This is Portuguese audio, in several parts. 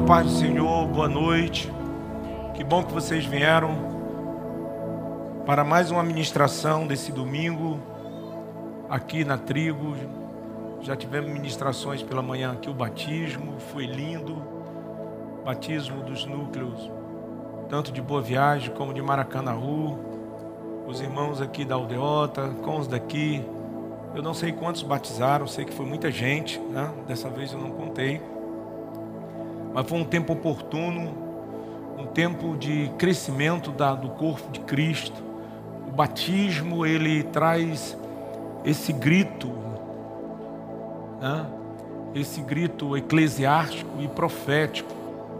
paz do Senhor, boa noite. Que bom que vocês vieram para mais uma ministração desse domingo aqui na Trigo. Já tivemos ministrações pela manhã aqui, o batismo foi lindo. Batismo dos núcleos, tanto de Boa Viagem como de Maracanaú. Os irmãos aqui da Aldeota, com os daqui. Eu não sei quantos batizaram, sei que foi muita gente, né? Dessa vez eu não contei. Mas foi um tempo oportuno, um tempo de crescimento do corpo de Cristo. O batismo, ele traz esse grito, né? Esse grito eclesiástico e profético,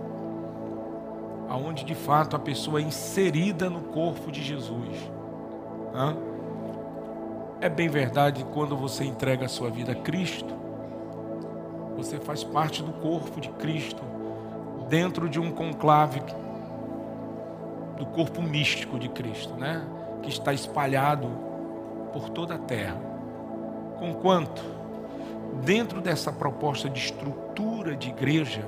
aonde de fato a pessoa é inserida no corpo de Jesus, né? É bem verdade, quando você entrega a sua vida a Cristo, você faz parte do corpo de Cristo, dentro de um conclave do corpo místico de Cristo, né? Que está espalhado por toda a terra. Conquanto, dentro dessa proposta de estrutura de igreja,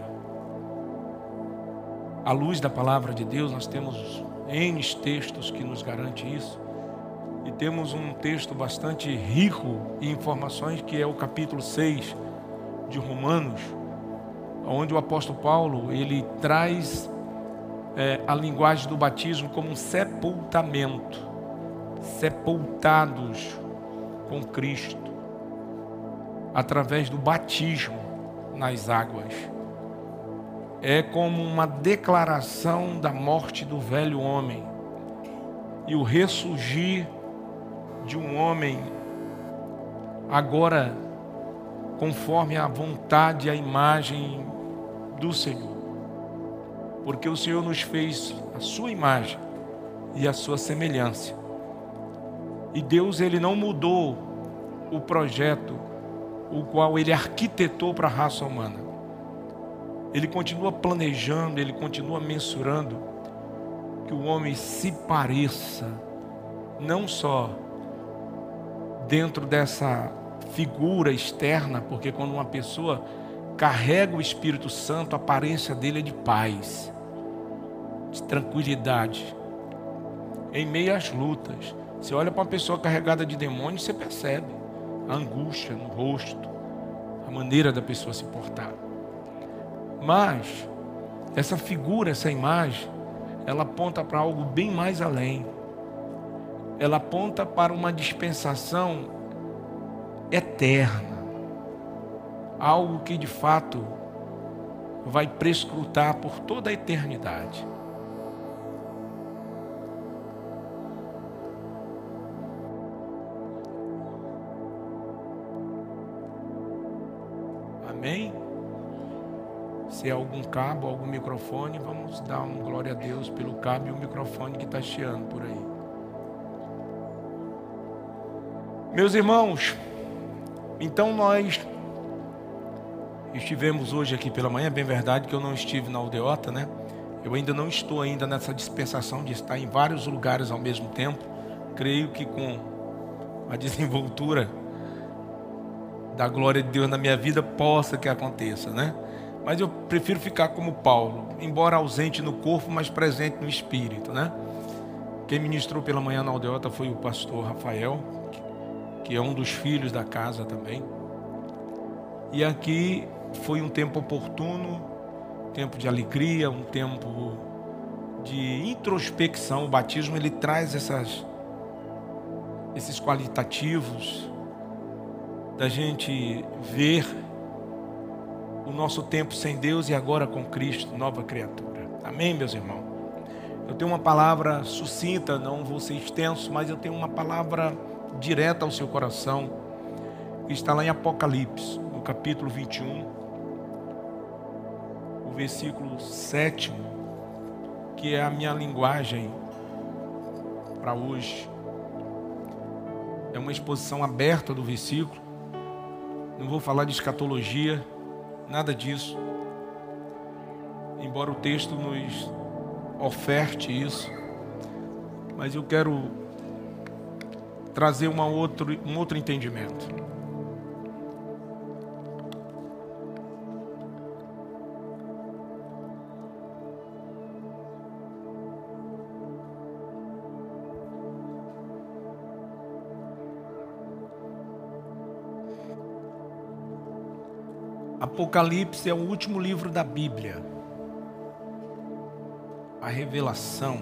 à luz da palavra de Deus, nós temos N textos que nos garante isso. E temos um texto bastante rico em informações, que é o capítulo 6 de Romanos, onde o apóstolo Paulo, ele traz a linguagem do batismo como um sepultamento, sepultados com Cristo, através do batismo nas águas. É como uma declaração da morte do velho homem e o ressurgir de um homem agora conforme a vontade e a imagem do Senhor. Porque o Senhor nos fez a sua imagem e a sua semelhança. E Deus, ele não mudou o projeto o qual ele arquitetou para a raça humana. Ele continua planejando, ele continua mensurando que o homem se pareça, não só dentro dessa figura externa, porque quando uma pessoa carrega o Espírito Santo, a aparência dele é de paz, de tranquilidade, em meio às lutas. Você olha para uma pessoa carregada de demônios, você percebe a angústia no rosto, a maneira da pessoa se portar. Mas essa figura, essa imagem, ela aponta para algo bem mais além. Ela aponta para uma dispensação eterna, algo que de fato vai prescrutar por toda a eternidade. Amém? Se é algum cabo, algum microfone, vamos dar uma glória a Deus pelo cabo e o microfone que está chiando por aí. Meus irmãos, então nós estivemos hoje aqui pela manhã. É bem verdade que eu não estive na Aldeota, né? Eu ainda não estou ainda nessa dispensação de estar em vários lugares ao mesmo tempo. Creio que com a desenvoltura da glória de Deus na minha vida possa que aconteça, né? Mas eu prefiro ficar como Paulo, embora ausente no corpo, mas presente no espírito, né? Quem ministrou pela manhã na Aldeota foi o pastor Rafael, que é um dos filhos da casa também. E aqui foi um tempo oportuno, tempo de alegria, um tempo de introspecção. O batismo, ele traz esses qualitativos da gente ver o nosso tempo sem Deus e agora com Cristo, nova criatura. Amém, meus irmãos? Eu tenho uma palavra sucinta, não vou ser extenso, mas eu tenho uma palavra direta ao seu coração, que está lá em Apocalipse, no capítulo 21, o versículo 7, que é a minha linguagem para hoje. É uma exposição aberta do versículo. Não vou falar de escatologia, nada disso, embora o texto nos oferte isso, mas eu quero trazer um outro entendimento. Apocalipse é o último livro da Bíblia. A revelação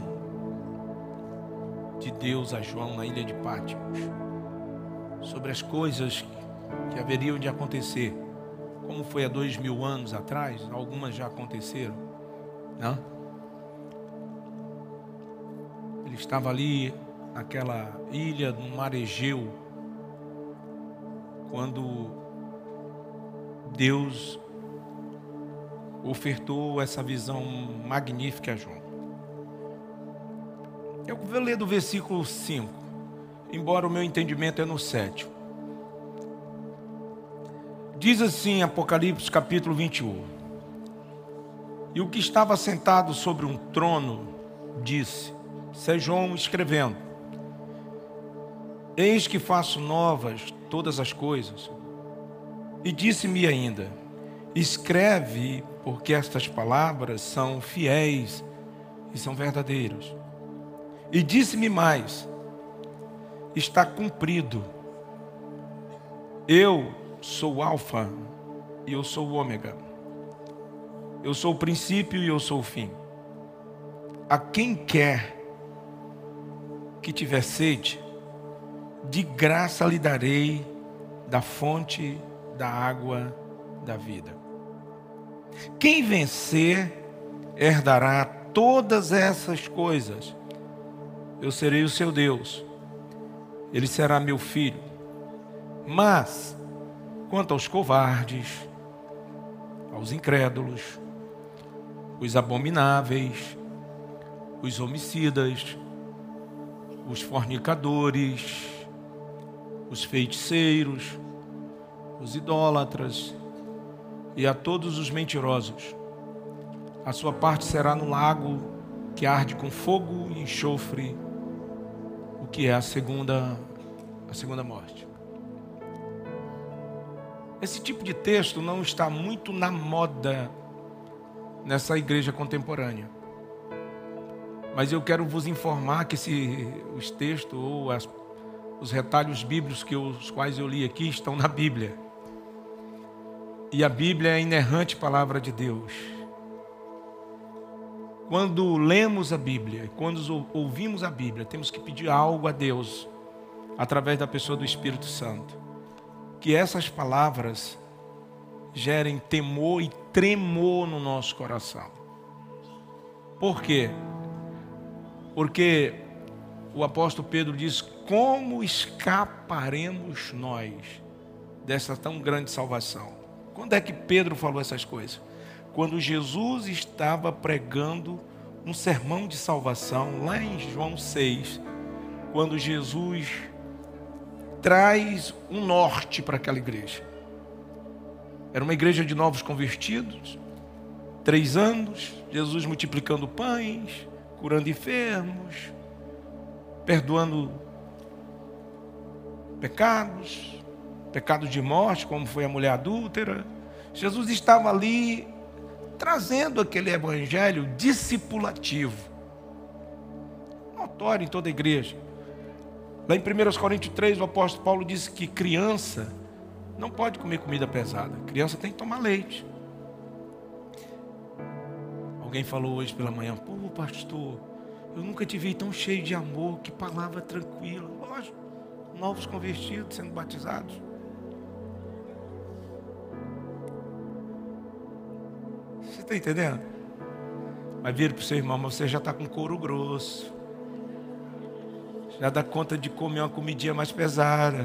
de Deus a João na ilha de Patmos sobre as coisas que haveriam de acontecer, como foi há 2000 anos atrás. Algumas já aconteceram, não? Ele estava ali naquela ilha no mar Egeu, quando Deus ofertou essa visão magnífica a João. Eu vou ler do versículo 5, embora o meu entendimento é no 7. Diz assim, Apocalipse capítulo 21. E o que estava sentado sobre um trono disse, isso é João escrevendo, eis que faço novas todas as coisas. E disse-me ainda, escreve, porque estas palavras são fiéis e são verdadeiras. E disse-me mais, está cumprido. Eu sou o Alfa e eu sou o Ômega. Eu sou o princípio e eu sou o fim. A quem quer que tiver sede, de graça lhe darei da fonte da água da vida. Quem vencer herdará todas essas coisas. Eu serei o seu Deus, ele será meu filho. Mas, quanto aos covardes, aos incrédulos, os abomináveis, os homicidas, os fornicadores, os feiticeiros, os idólatras e a todos os mentirosos, a sua parte será no lago que arde com fogo e enxofre, o que é a segunda morte. Esse tipo de texto não está muito na moda nessa igreja contemporânea. Mas eu quero vos informar que os textos ou os retalhos bíblicos os quais eu li aqui estão na Bíblia. E a Bíblia é a inerrante palavra de Deus. Quando lemos a Bíblia, quando ouvimos a Bíblia, temos que pedir algo a Deus, através da pessoa do Espírito Santo. Que essas palavras gerem temor e tremor no nosso coração. Por quê? Porque o apóstolo Pedro diz, como escaparemos nós dessa tão grande salvação? Quando é que Pedro falou essas coisas? Quando Jesus estava pregando um sermão de salvação, lá em João 6, quando Jesus traz um norte para aquela igreja. Era uma igreja de novos convertidos, 3 anos, Jesus multiplicando pães, curando enfermos, perdoando pecados de morte, como foi a mulher adúltera. Jesus estava ali trazendo aquele evangelho discipulativo, notório em toda a igreja. Lá em 1 Coríntios 3, o apóstolo Paulo disse que criança não pode comer comida pesada, criança tem que tomar leite. Alguém falou hoje pela manhã, pô pastor, eu nunca te vi tão cheio de amor, que palavra tranquila. Lógico, novos convertidos sendo batizados. Você está entendendo? Mas vira para o seu irmão, mas você já está com couro grosso. Já dá conta de comer uma comidinha mais pesada.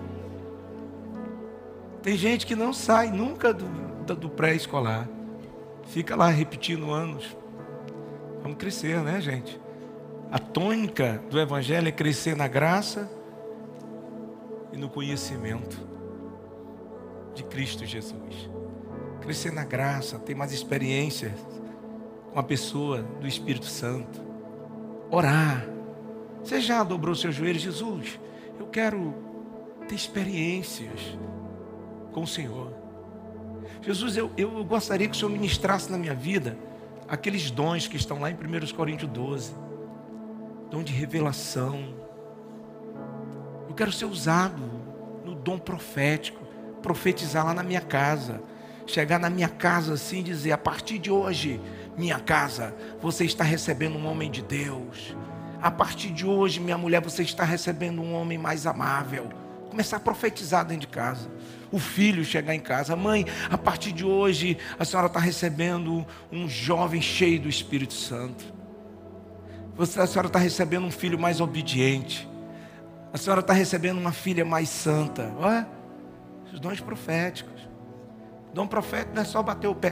Tem gente que não sai nunca do pré-escolar. Fica lá repetindo anos. Vamos crescer, né, gente? A tônica do evangelho é crescer na graça e no conhecimento de Cristo Jesus. Crescer na graça, ter mais experiências com a pessoa do Espírito Santo. Orar. Você já dobrou seus joelhos? Jesus, eu quero ter experiências com o Senhor. Jesus, eu gostaria que o Senhor ministrasse na minha vida aqueles dons que estão lá em 1 Coríntios 12. Dom de revelação. Eu quero ser usado no dom profético, profetizar lá na minha casa. chegar na minha casa assim e dizer: a partir de hoje, minha casa, você está recebendo um homem de Deus. A partir de hoje, minha mulher, você está recebendo um homem mais amável. Começar a profetizar dentro de casa. O filho chegar em casa: mãe, a partir de hoje, a senhora está recebendo um jovem cheio do Espírito Santo. A senhora está recebendo um filho mais obediente. A senhora está recebendo uma filha mais santa. Olha, os dons proféticos. Dom profético não é só bater o pé.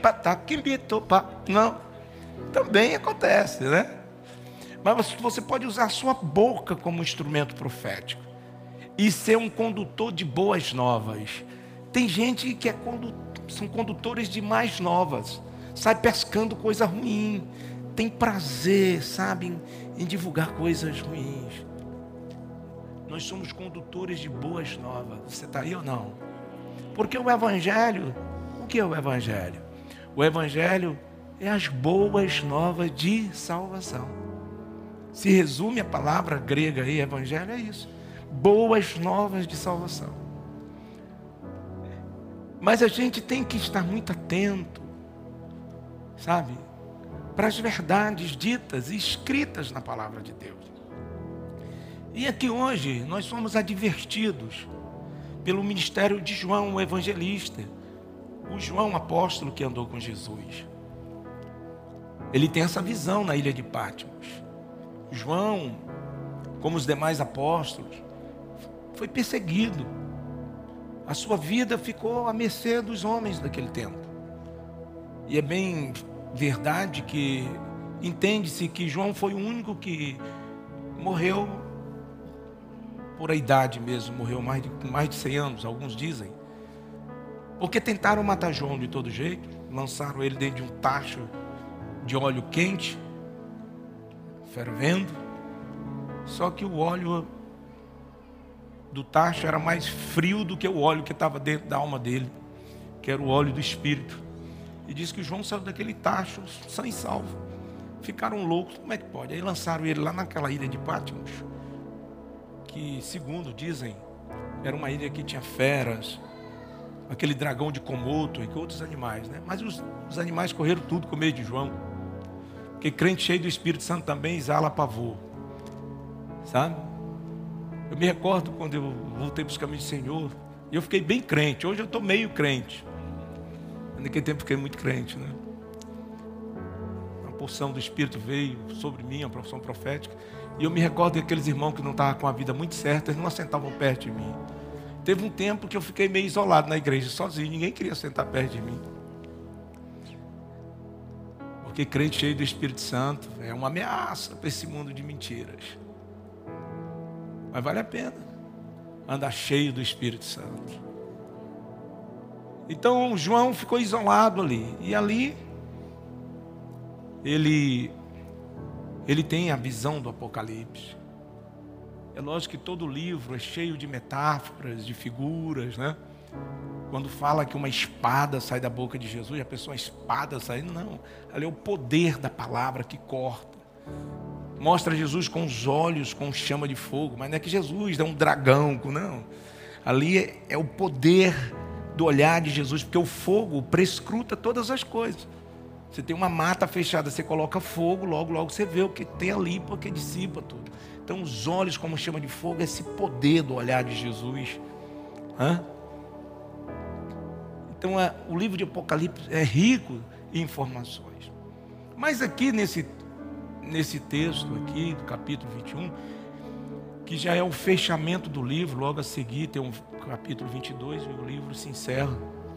Não, também acontece, né? Mas você pode usar a sua boca como instrumento profético e ser um condutor de boas novas. Tem gente que são condutores de mais novas, sai pescando coisa ruim, tem prazer, sabe, em divulgar coisas ruins. Nós somos condutores de boas novas. Você está aí ou não? Porque o Evangelho, o que é o Evangelho? O Evangelho é as boas novas de salvação. Se resume a palavra grega aí, Evangelho, é isso. Boas novas de salvação. Mas a gente tem que estar muito atento, sabe, para as verdades ditas e escritas na palavra de Deus. E aqui hoje nós somos advertidos pelo ministério de João, o evangelista, o João apóstolo que andou com Jesus. Ele tem essa visão na ilha de Patmos. João, como os demais apóstolos, foi perseguido. A sua vida ficou à mercê dos homens daquele tempo. E é bem verdade que entende-se que João foi o único que morreu por a idade mesmo, morreu com mais de 100 anos, alguns dizem. Porque tentaram matar João de todo jeito, lançaram ele dentro de um tacho de óleo quente, fervendo. Só que o óleo do tacho era mais frio do que o óleo que estava dentro da alma dele, que era o óleo do Espírito. E diz que João saiu daquele tacho sã e salvo. Ficaram loucos, como é que pode? Aí lançaram ele lá naquela ilha de Patmos, que, segundo dizem, era uma ilha que tinha feras, aquele dragão de Komodo e outros animais, né? Mas os animais correram tudo com medo de João, porque crente cheio do Espírito Santo também exala pavor, sabe? Eu me recordo quando eu voltei para os caminhos do Senhor, e eu fiquei bem crente. Hoje eu estou meio crente, mas naquele tempo eu fiquei muito crente, né? A porção do Espírito veio sobre mim, a porção profética. E eu me recordo daqueles irmãos que não estavam com a vida muito certa, eles não assentavam perto de mim. Teve um tempo que eu fiquei meio isolado na igreja, sozinho, ninguém queria sentar perto de mim. Porque crente cheio do Espírito Santo é uma ameaça para esse mundo de mentiras. Mas vale a pena andar cheio do Espírito Santo. Então João ficou isolado ali. E ali ele tem a visão do Apocalipse. É lógico que todo livro é cheio de metáforas, de figuras, né? Quando fala que uma espada sai da boca de Jesus, a pessoa, a espada saindo, não. Ali é o poder da palavra que corta. Mostra Jesus com os olhos, com chama de fogo, mas não é que Jesus é um dragão, não. Ali é o poder do olhar de Jesus, porque o fogo prescruta todas as coisas. Você tem uma mata fechada, você coloca fogo, logo você vê o que tem ali, porque dissipa tudo. Então os olhos como chama de fogo, esse poder do olhar de Jesus. Então o livro de Apocalipse é rico em informações. Mas aqui nesse texto aqui, do capítulo 21, que já é o fechamento do livro, logo a seguir tem um capítulo 22 e o livro se encerra.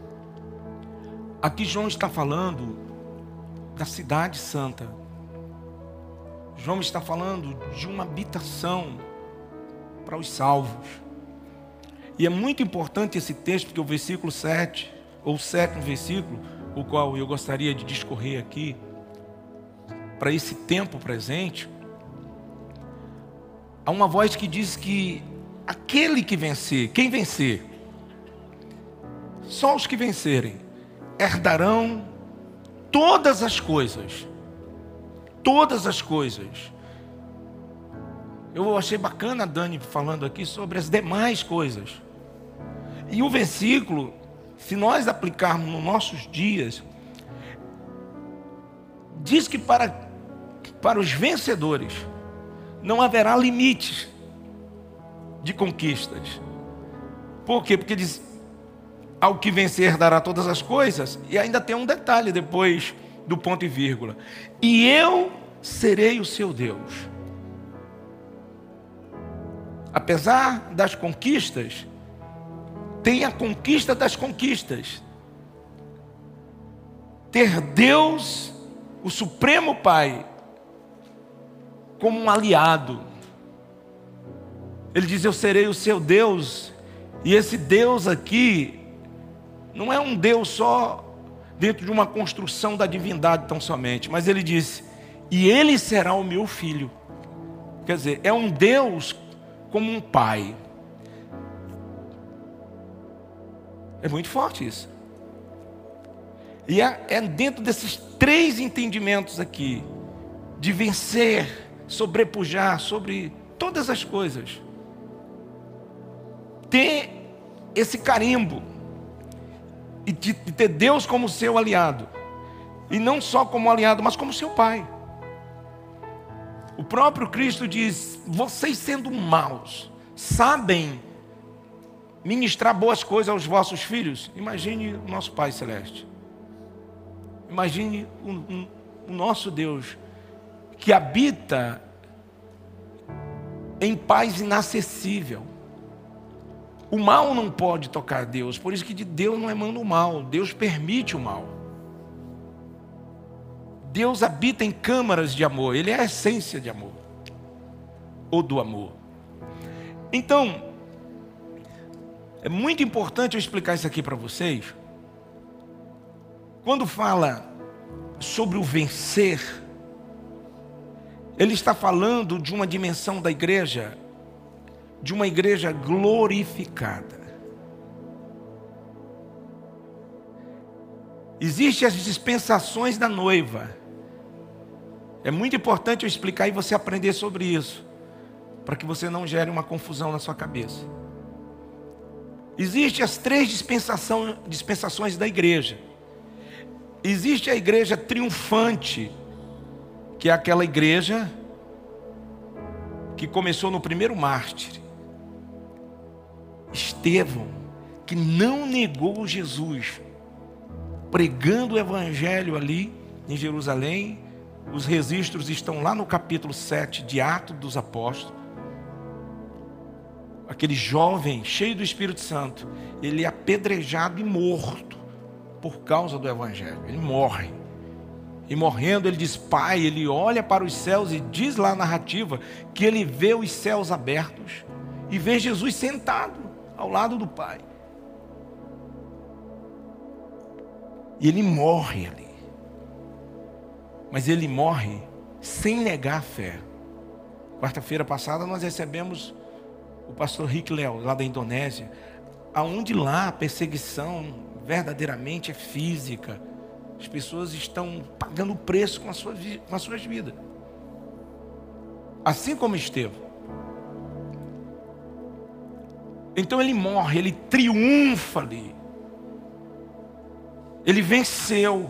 Aqui João está falando da cidade santa. João está falando de uma habitação para os salvos. E é muito importante esse texto, porque o versículo 7, ou o 7º versículo, o qual eu gostaria de discorrer aqui, para esse tempo presente, há uma voz que diz que aquele que vencer, quem vencer? Só os que vencerem herdarão todas as coisas. Todas as coisas. Eu achei bacana a Dani falando aqui sobre as demais coisas. E o versículo se nós aplicarmos nos nossos dias, diz que para os vencedores não haverá limites de conquistas. Por quê? Porque diz, ao que vencer dará todas as coisas, e ainda tem um detalhe depois do ponto e vírgula: e eu serei o seu Deus. Apesar das conquistas, tem a conquista das conquistas. Ter Deus, o Supremo Pai, como um aliado. Ele diz: eu serei o seu Deus. E esse Deus aqui não é um Deus só dentro de uma construção da divindade tão somente, mas ele disse: e ele será o meu filho. Quer dizer, é um Deus como um pai. É muito forte isso. E é dentro desses três entendimentos aqui, de vencer, sobrepujar sobre todas as coisas, ter esse carimbo, e de ter Deus como seu aliado, e não só como aliado, mas como seu pai. O próprio Cristo diz: vocês sendo maus, sabem ministrar boas coisas aos vossos filhos. Imagine o nosso Pai Celeste. Imagine o nosso Deus, que habita em paz inacessível. O mal não pode tocar Deus, por isso que de Deus não emana o mal, Deus permite o mal. Deus habita em câmaras de amor, Ele é a essência de amor, ou do amor. Então, é muito importante eu explicar isso aqui para vocês. Quando fala sobre o vencer, ele está falando de uma dimensão da igreja, de uma igreja glorificada. Existem as dispensações da noiva. É muito importante eu explicar e você aprender sobre isso, para que você não gere uma confusão na sua cabeça. Existem as três dispensações da igreja. Existe a igreja triunfante, que é aquela igreja que começou no primeiro mártir, Estevão, que não negou Jesus, pregando o evangelho ali em Jerusalém. Os registros estão lá no capítulo 7 de Atos dos Apóstolos. Aquele jovem cheio do Espírito Santo, ele é apedrejado e morto por causa do evangelho. Ele morre. E morrendo ele diz: Pai, ele olha para os céus e diz lá a narrativa que ele vê os céus abertos e vê Jesus sentado ao lado do Pai. E ele morre ali. Mas ele morre sem negar a fé. Quarta-feira passada nós recebemos o pastor Rick Léo, lá da Indonésia, aonde lá a perseguição verdadeiramente é física. As pessoas estão pagando o preço com as suas vidas. Assim como Estevão. Então ele morre, ele triunfa ali. Ele venceu.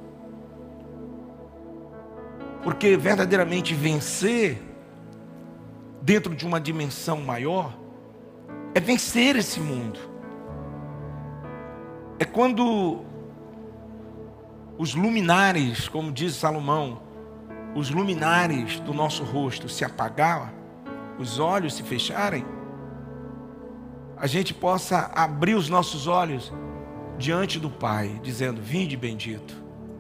Porque verdadeiramente vencer, dentro de uma dimensão maior, é vencer esse mundo. É quando os luminares, como diz Salomão, os luminares do nosso rosto se apagarem, os olhos se fecharem, a gente possa abrir os nossos olhos diante do Pai, dizendo: vinde bendito.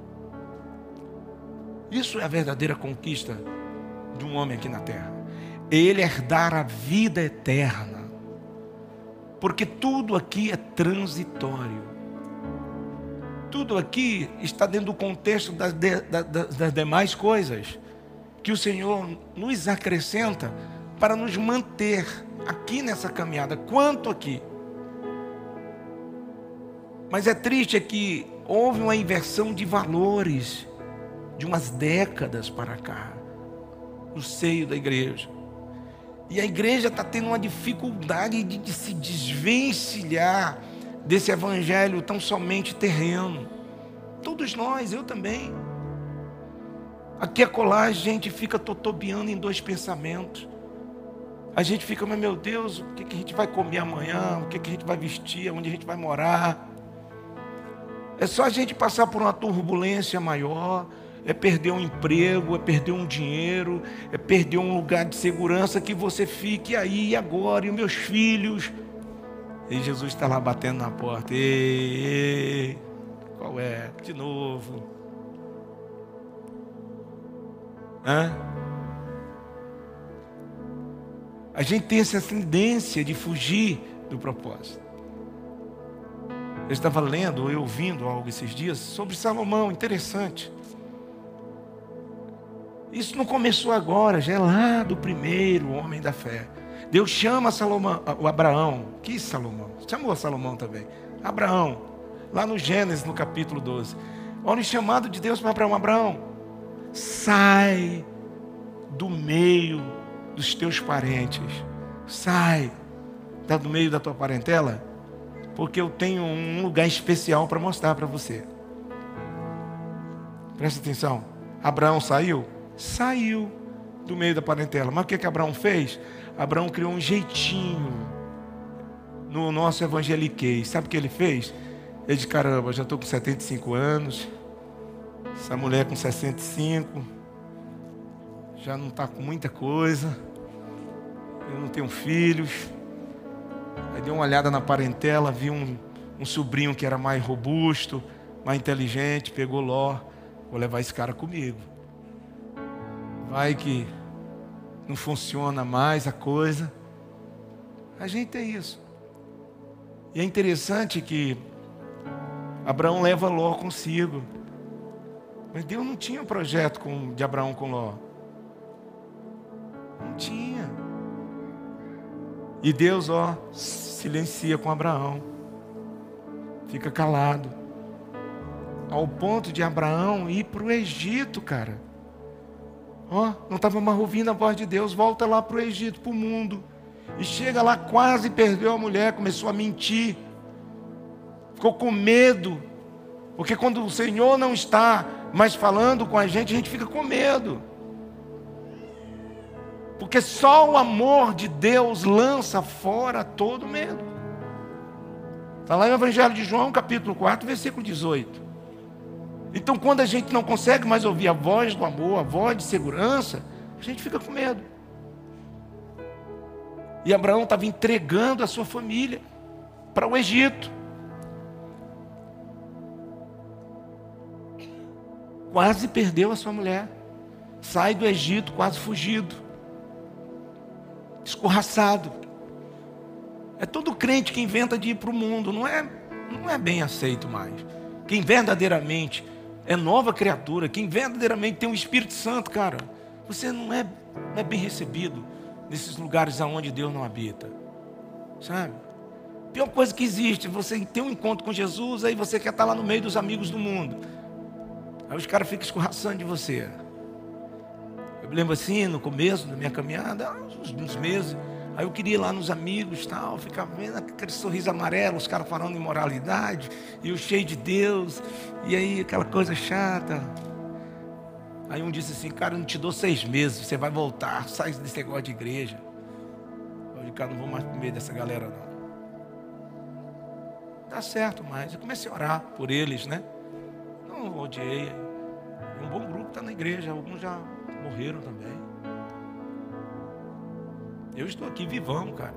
Isso é a verdadeira conquista de um homem aqui na terra. Ele herdar a vida eterna. Porque tudo aqui é transitório. Tudo aqui está dentro do contexto das demais coisas que o Senhor nos acrescenta para nos manter aqui nessa caminhada. Quanto aqui. Mas é triste que houve uma inversão de valores de umas décadas para cá, no seio da igreja. E a igreja está tendo uma dificuldade de se desvencilhar desse evangelho tão somente terreno. Todos nós, eu também. Aqui acolá a gente fica totobiando em dois pensamentos. A gente fica, mas meu Deus, o que a gente vai comer amanhã? O que a gente vai vestir? Onde a gente vai morar? É só a gente passar por uma turbulência maior, é perder um emprego, é perder um dinheiro, é perder um lugar de segurança que você fique aí e agora, e os meus filhos. E Jesus está lá batendo na porta. Ei, qual é? De novo. Hã? A gente tem essa tendência de fugir do propósito. Eu estava lendo ou ouvindo algo esses dias sobre Salomão, interessante. Isso não começou agora, já é lá do primeiro homem da fé. Deus chama Salomão, o Abraão. Que Salomão? Chamou Salomão também. Abraão, lá no Gênesis, no capítulo 12. Olha o chamado de Deus para Abraão. Abraão, sai do meio dos teus parentes. Sai do meio da tua parentela, porque eu tenho um lugar especial para mostrar para você. Presta atenção. Abraão saiu? Saiu do meio da parentela. Mas o que Abraão fez? Abraão criou um jeitinho no nosso evangeliquez. Sabe o que ele fez? Ele disse, caramba, já estou com 75 anos. Essa mulher com 65. Já não está com muita coisa. Eu não tenho filhos. Aí deu uma olhada na parentela, viu um sobrinho que era mais robusto, mais inteligente, pegou Ló, vou levar esse cara comigo. Vai que não funciona mais a coisa. A gente é isso. E é interessante que Abraão leva Ló consigo. Mas Deus não tinha um projeto de Abraão com Ló. Não tinha. E Deus, silencia com Abraão. Fica calado. Ao ponto de Abraão ir para o Egito, cara. Não estava mais ouvindo a voz de Deus. Volta lá para o Egito, para o mundo. E chega lá, quase perdeu a mulher, começou a mentir. Ficou com medo. Porque quando o Senhor não está mais falando com a gente fica com medo. Porque só o amor de Deus lança fora todo medo. Está lá no Evangelho de João, capítulo 4, versículo 18. Então, quando a gente não consegue mais ouvir a voz do amor, a voz de segurança, a gente fica com medo. E Abraão estava entregando a sua família para o Egito. Quase perdeu a sua mulher. Sai do Egito quase fugido. Escorraçado. É todo crente que inventa de ir para o mundo. Não é bem aceito mais. Quem verdadeiramente é nova criatura, quem verdadeiramente tem o Espírito Santo, cara, você não é bem recebido nesses lugares aonde Deus não habita. Sabe? A pior coisa que existe, você tem um encontro com Jesus, aí você quer estar lá no meio dos amigos do mundo. Aí os caras ficam escorraçando de você. Eu me lembro assim, no começo da minha caminhada, uns meses, aí eu queria ir lá nos amigos, tal, ficava vendo aquele sorriso amarelo, os caras falando em moralidade, e eu cheio de Deus, e aí aquela coisa chata. Aí um disse assim, cara, eu não te dou 6 meses, você vai voltar, sai desse negócio de igreja. Eu disse, cara, não vou mais pro meio dessa galera não. Dá certo, mas eu comecei a orar por eles, né? Não odiei. Um bom grupo está na igreja, alguns já morreram também. Eu estou aqui vivão, cara.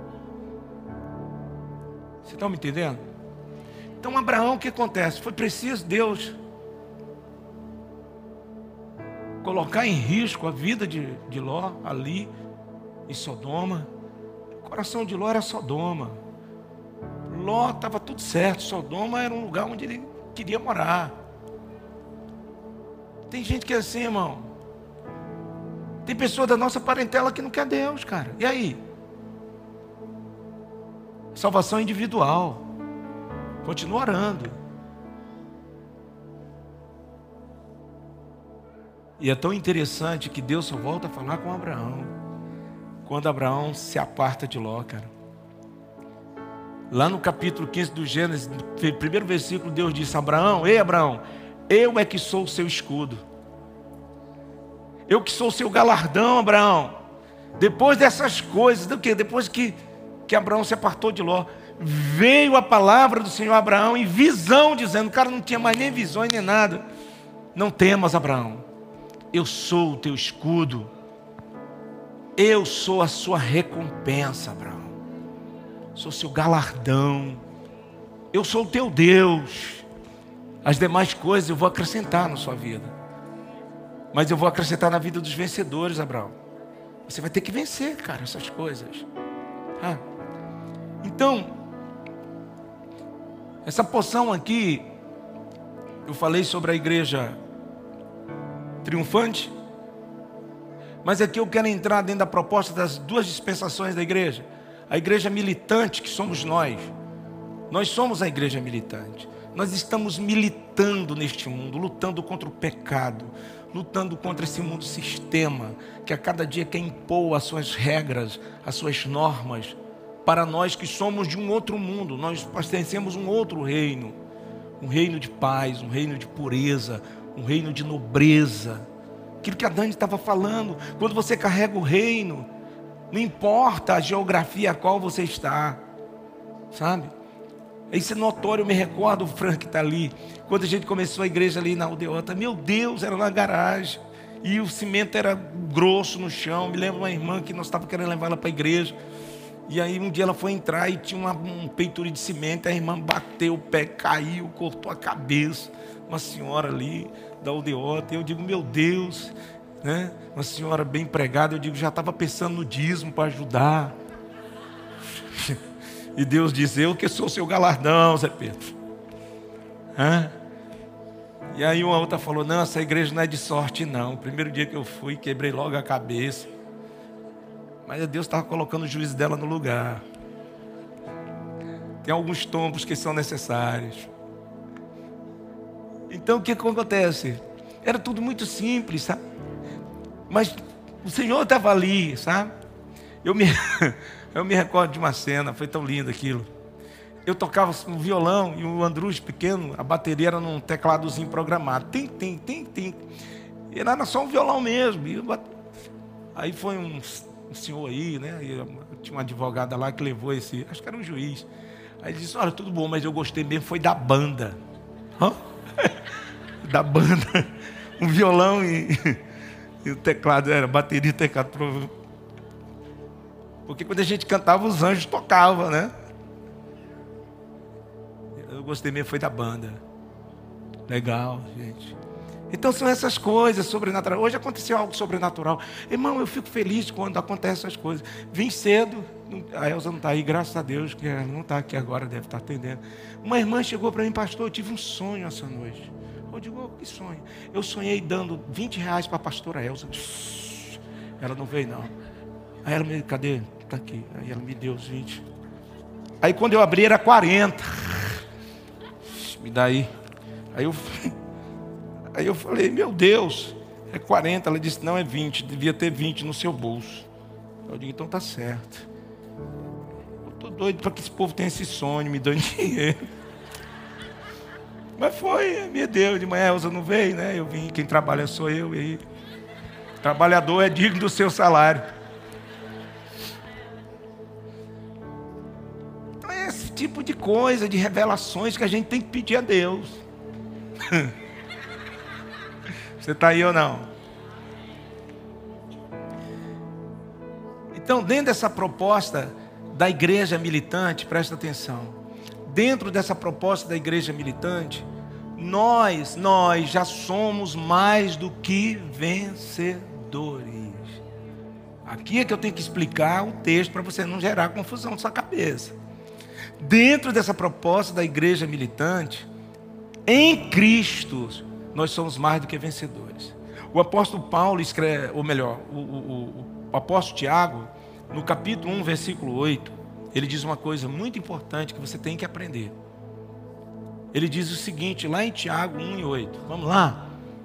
Você está me entendendo? Então Abraão, o que acontece? Foi preciso Deus colocar em risco a vida de Ló ali em Sodoma. O coração de Ló era Sodoma. Ló estava tudo certo. Sodoma era um lugar onde ele queria morar. Tem gente que é assim, irmão. Tem pessoa da nossa parentela que não quer Deus, cara. E aí? Salvação individual. Continua orando. E é tão interessante que Deus só volta a falar com Abraão quando Abraão se aparta de Ló, cara. Lá no capítulo 15 do Gênesis, no primeiro versículo, Deus disse a Abraão: ei Abraão, eu é que sou o seu escudo. Eu que sou o seu galardão, Abraão. Depois dessas coisas, do quê? Depois que Abraão se apartou de Ló, veio a palavra do Senhor a Abraão em visão, dizendo, o cara não tinha mais nem visões nem nada. Não temas, Abraão, eu sou o teu escudo. Eu sou a sua recompensa, Abraão. Sou o seu galardão. Eu sou o teu Deus. As demais coisas eu vou acrescentar na sua vida. Mas eu vou acrescentar na vida dos vencedores, Abraão. Você vai ter que vencer, cara, essas coisas. Então, essa porção aqui, eu falei sobre a igreja triunfante. Mas aqui eu quero entrar dentro da proposta das duas dispensações da igreja. A igreja militante, que somos nós. Nós somos a igreja militante. Nós estamos militando neste mundo, lutando contra o pecado, lutando contra esse mundo sistema, que a cada dia quer impor as suas regras, as suas normas, para nós que somos de um outro mundo. Nós pertencemos a um outro reino, um reino de paz, um reino de pureza, um reino de nobreza. Aquilo que a Dani estava falando, quando você carrega o reino, não importa a geografia a qual você está, sabe? Isso é notório, eu me recordo, o Frank está ali, quando a gente começou a igreja ali na aldeota, meu Deus, era na garagem, e o cimento era grosso no chão. Me lembro uma irmã que nós estávamos querendo levar ela para a igreja, e aí um dia ela foi entrar e tinha um peitoril de cimento, a irmã bateu o pé, caiu, cortou a cabeça, uma senhora ali da aldeota, e eu digo, meu Deus, né? Uma senhora bem empregada, eu digo, já estava pensando no dízimo para ajudar. E Deus disse, eu que sou o seu galardão, Zé Pedro. E aí uma outra falou, não, essa igreja não é de sorte não. O primeiro dia que eu fui, quebrei logo a cabeça. Mas Deus estava colocando o juízo dela no lugar. Tem alguns tombos que são necessários. Então o que acontece? Era tudo muito simples, sabe? Mas o Senhor estava ali, sabe? Eu me recordo de uma cena, foi tão lindo aquilo. Eu tocava um violão e o Andrus pequeno, a bateria era num tecladozinho programado. Tem. Era só um violão mesmo. Aí foi um senhor aí, né? Tinha uma advogada lá que levou esse, acho que era um juiz. Aí ele disse, olha, tudo bom, mas eu gostei mesmo, foi da banda. Da banda. Um violão e o teclado, era bateria e teclado. Porque quando a gente cantava, os anjos tocavam, né? Eu gostei mesmo, foi da banda. Legal, gente. Então são essas coisas sobrenaturais. Hoje aconteceu algo sobrenatural. Irmão, eu fico feliz quando acontecem essas coisas. Vim cedo, a Elza não está aí, graças a Deus, que ela não está aqui agora, deve estar atendendo. Uma irmã chegou para mim, pastor, eu tive um sonho essa noite. Eu digo, oh, que sonho? Eu sonhei dando R$20 para a pastora Elza. Ela não veio não. Aí ela me, cadê? Está aqui. Aí ela me deu os 20. Aí quando eu abri era 40. Me dá aí. Aí eu falei, meu Deus, é 40. Ela disse, não, é 20. Devia ter 20 no seu bolso. Eu digo, então tá certo. Eu estou doido para que esse povo tenha esse sonho, me dando dinheiro. Mas foi, me deu. De manhã a Elza não veio, né? Eu vim, quem trabalha sou eu. E aí, trabalhador é digno do seu salário. Então é esse tipo de coisa, de revelações que a gente tem que pedir a Deus. Você está aí ou não? Então, dentro dessa proposta da igreja militante, presta atenção. Dentro dessa proposta da igreja militante, nós já somos mais do que vencedores. Aqui é que eu tenho que explicar o texto para você não gerar confusão na sua cabeça. Dentro dessa proposta da igreja militante, em Cristo, nós somos mais do que vencedores. O apóstolo Paulo escreve, ou melhor, o apóstolo Tiago, no capítulo 1, versículo 8, ele diz uma coisa muito importante que você tem que aprender. Ele diz o seguinte, lá em Tiago 1 e 8. Vamos lá?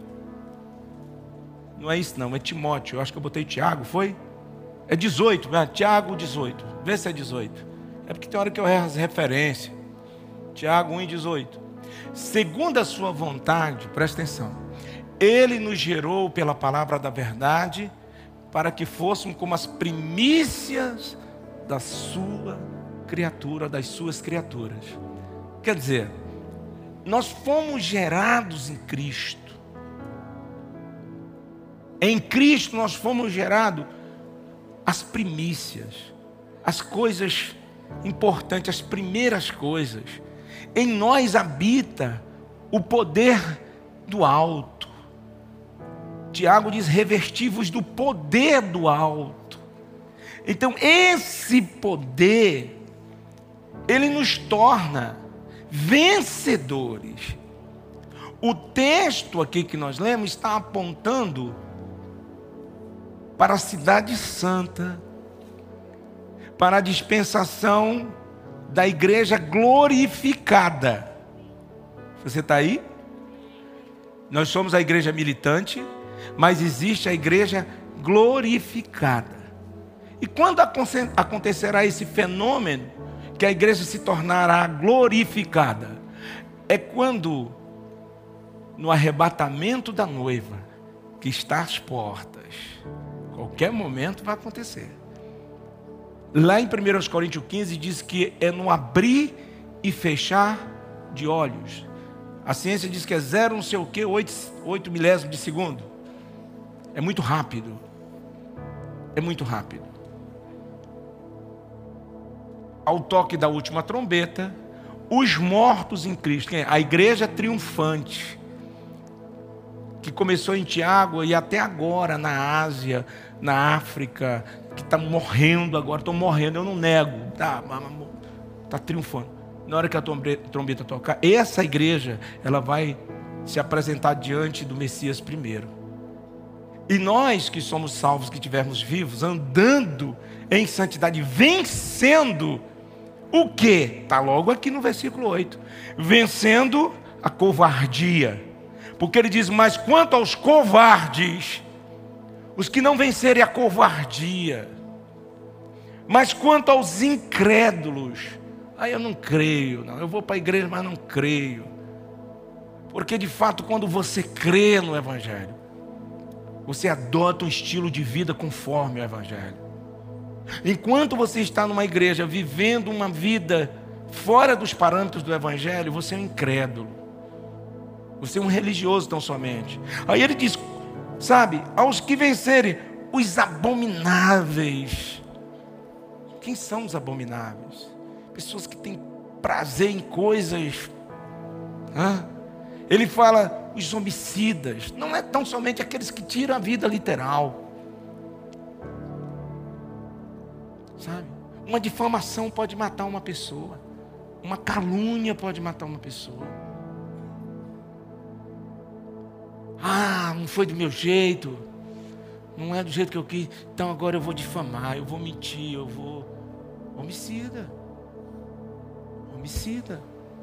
Não é isso não, é Timóteo. Eu acho que eu botei Tiago, foi? É 18, né? Tiago 18. Vê se é 18. É porque tem hora que eu erro as referências. Tiago 1,18. Segundo a sua vontade, presta atenção, Ele nos gerou pela palavra da verdade, para que fôssemos como as primícias da sua criatura, das suas criaturas. Quer dizer, nós fomos gerados em Cristo. Em Cristo nós fomos gerados as primícias, as coisas importantes, as primeiras coisas. Em nós habita o poder do alto. Tiago diz: revestivos do poder do alto. Então esse poder, ele nos torna vencedores. O texto aqui que nós lemos está apontando para a cidade santa, para a dispensação da igreja glorificada. Você está aí? Nós somos a igreja militante, mas existe a igreja glorificada. E quando acontecerá esse fenômeno, que a igreja se tornará glorificada? É quando, no arrebatamento da noiva, que está às portas, qualquer momento vai acontecer. Lá em 1 Coríntios 15 diz que é no abrir e fechar de olhos. A ciência diz que é 0 não sei o que, 8 milésimos de segundo. É muito rápido. É muito rápido. Ao toque da última trombeta, os mortos em Cristo, a igreja triunfante, que começou em Tiago e até agora na Ásia, na África, que está morrendo agora, estão morrendo, eu não nego, está triunfando. Na hora que a trombeta tocar, essa igreja, ela vai se apresentar diante do Messias primeiro. E nós que somos salvos, que estivermos vivos, andando em santidade, vencendo o quê? Está logo aqui no versículo 8. Vencendo a covardia. Porque ele diz: mas quanto aos covardes, os que não vencerem a covardia, mas quanto aos incrédulos, aí eu não creio, não. Eu vou para a igreja, mas não creio. Porque de fato, quando você crê no Evangelho, você adota um estilo de vida conforme o Evangelho. Enquanto você está numa igreja vivendo uma vida fora dos parâmetros do Evangelho, você é um incrédulo. Você é um religioso tão somente. Aí ele diz, sabe, aos que vencerem os abomináveis. Quem são os abomináveis? Pessoas que têm prazer em coisas. Ele fala os homicidas. Não é tão somente aqueles que tiram a vida literal. Sabe? Uma difamação pode matar uma pessoa. Uma calúnia pode matar uma pessoa. Não foi do meu jeito. Não é do jeito que eu quis. Então agora eu vou difamar, eu vou mentir, eu vou... Homicida. Homicida.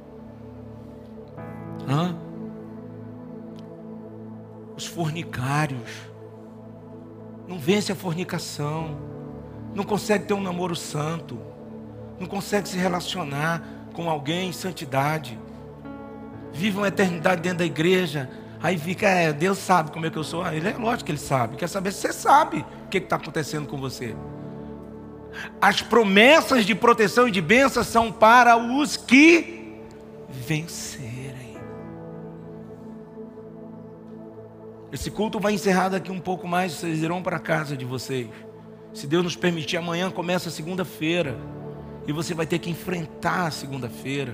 Os fornicários. Não vence a fornicação. Não consegue ter um namoro santo. Não consegue se relacionar com alguém em santidade. Vive uma eternidade dentro da igreja. Aí fica, Deus sabe como é que eu sou. Ele é lógico que Ele sabe. Quer saber se você sabe o que está acontecendo com você. As promessas de proteção e de bênção são para os que vencerem. Esse culto vai encerrar daqui um pouco mais. Vocês irão para a casa de vocês. Se Deus nos permitir, amanhã começa a segunda-feira. E você vai ter que enfrentar a segunda-feira.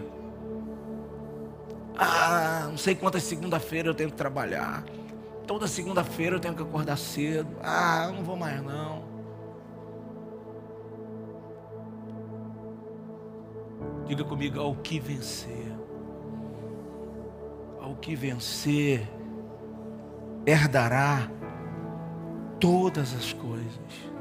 Não sei quantas segunda-feira eu tenho que trabalhar. Toda segunda-feira eu tenho que acordar cedo. Eu não vou mais não. Diga comigo, ao que vencer. Ao que vencer, herdará todas as coisas.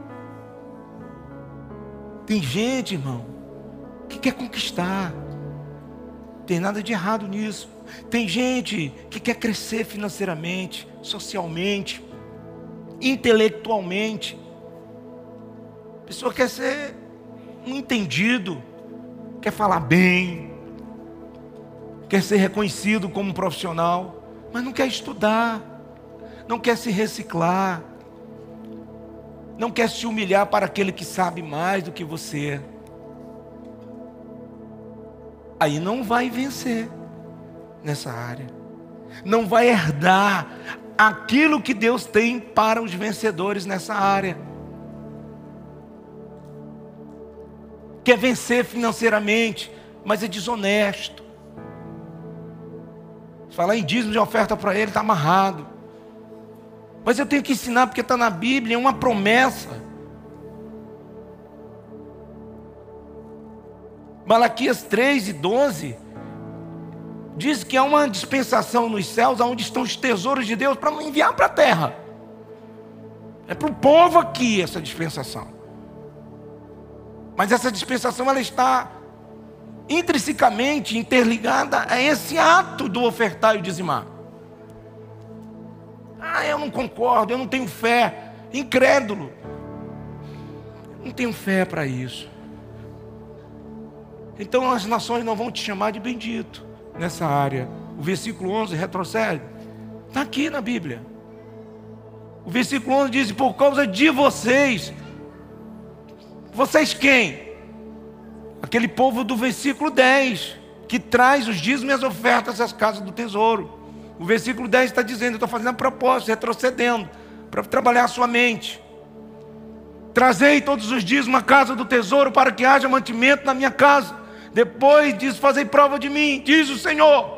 Tem gente, irmão, que quer conquistar. Tem nada de errado nisso. Tem gente que quer crescer financeiramente, socialmente, intelectualmente. A pessoa quer ser um entendido, quer falar bem, quer ser reconhecido como um profissional, mas não quer estudar, não quer se reciclar, não quer se humilhar para aquele que sabe mais do que você. Aí não vai vencer nessa área, não vai herdar aquilo que Deus tem para os vencedores nessa área. Quer vencer financeiramente, mas é desonesto. Falar em dízimo de oferta para ele está amarrado. Mas eu tenho que ensinar porque está na Bíblia, é uma promessa. Malaquias 3:12 diz que há uma dispensação nos céus, onde estão os tesouros de Deus para enviar para a terra. É para o povo aqui essa dispensação. Mas essa dispensação ela está intrinsecamente interligada a esse ato do ofertar e o dizimar. Eu não concordo, eu não tenho fé, incrédulo. Não tenho fé para isso. Então as nações não vão te chamar de bendito nessa área. O versículo 11 retrocede. Está aqui na Bíblia. O versículo 11 diz: por causa de vocês. Vocês quem? Aquele povo do versículo 10, que traz os dízimos e as ofertas às casas do tesouro. O versículo 10 está dizendo, eu estou fazendo a propósito, retrocedendo, para trabalhar a sua mente. Trazei todos os dízimos à casa do tesouro, para que haja mantimento na minha casa. Depois diz, fazei prova de mim, diz o Senhor.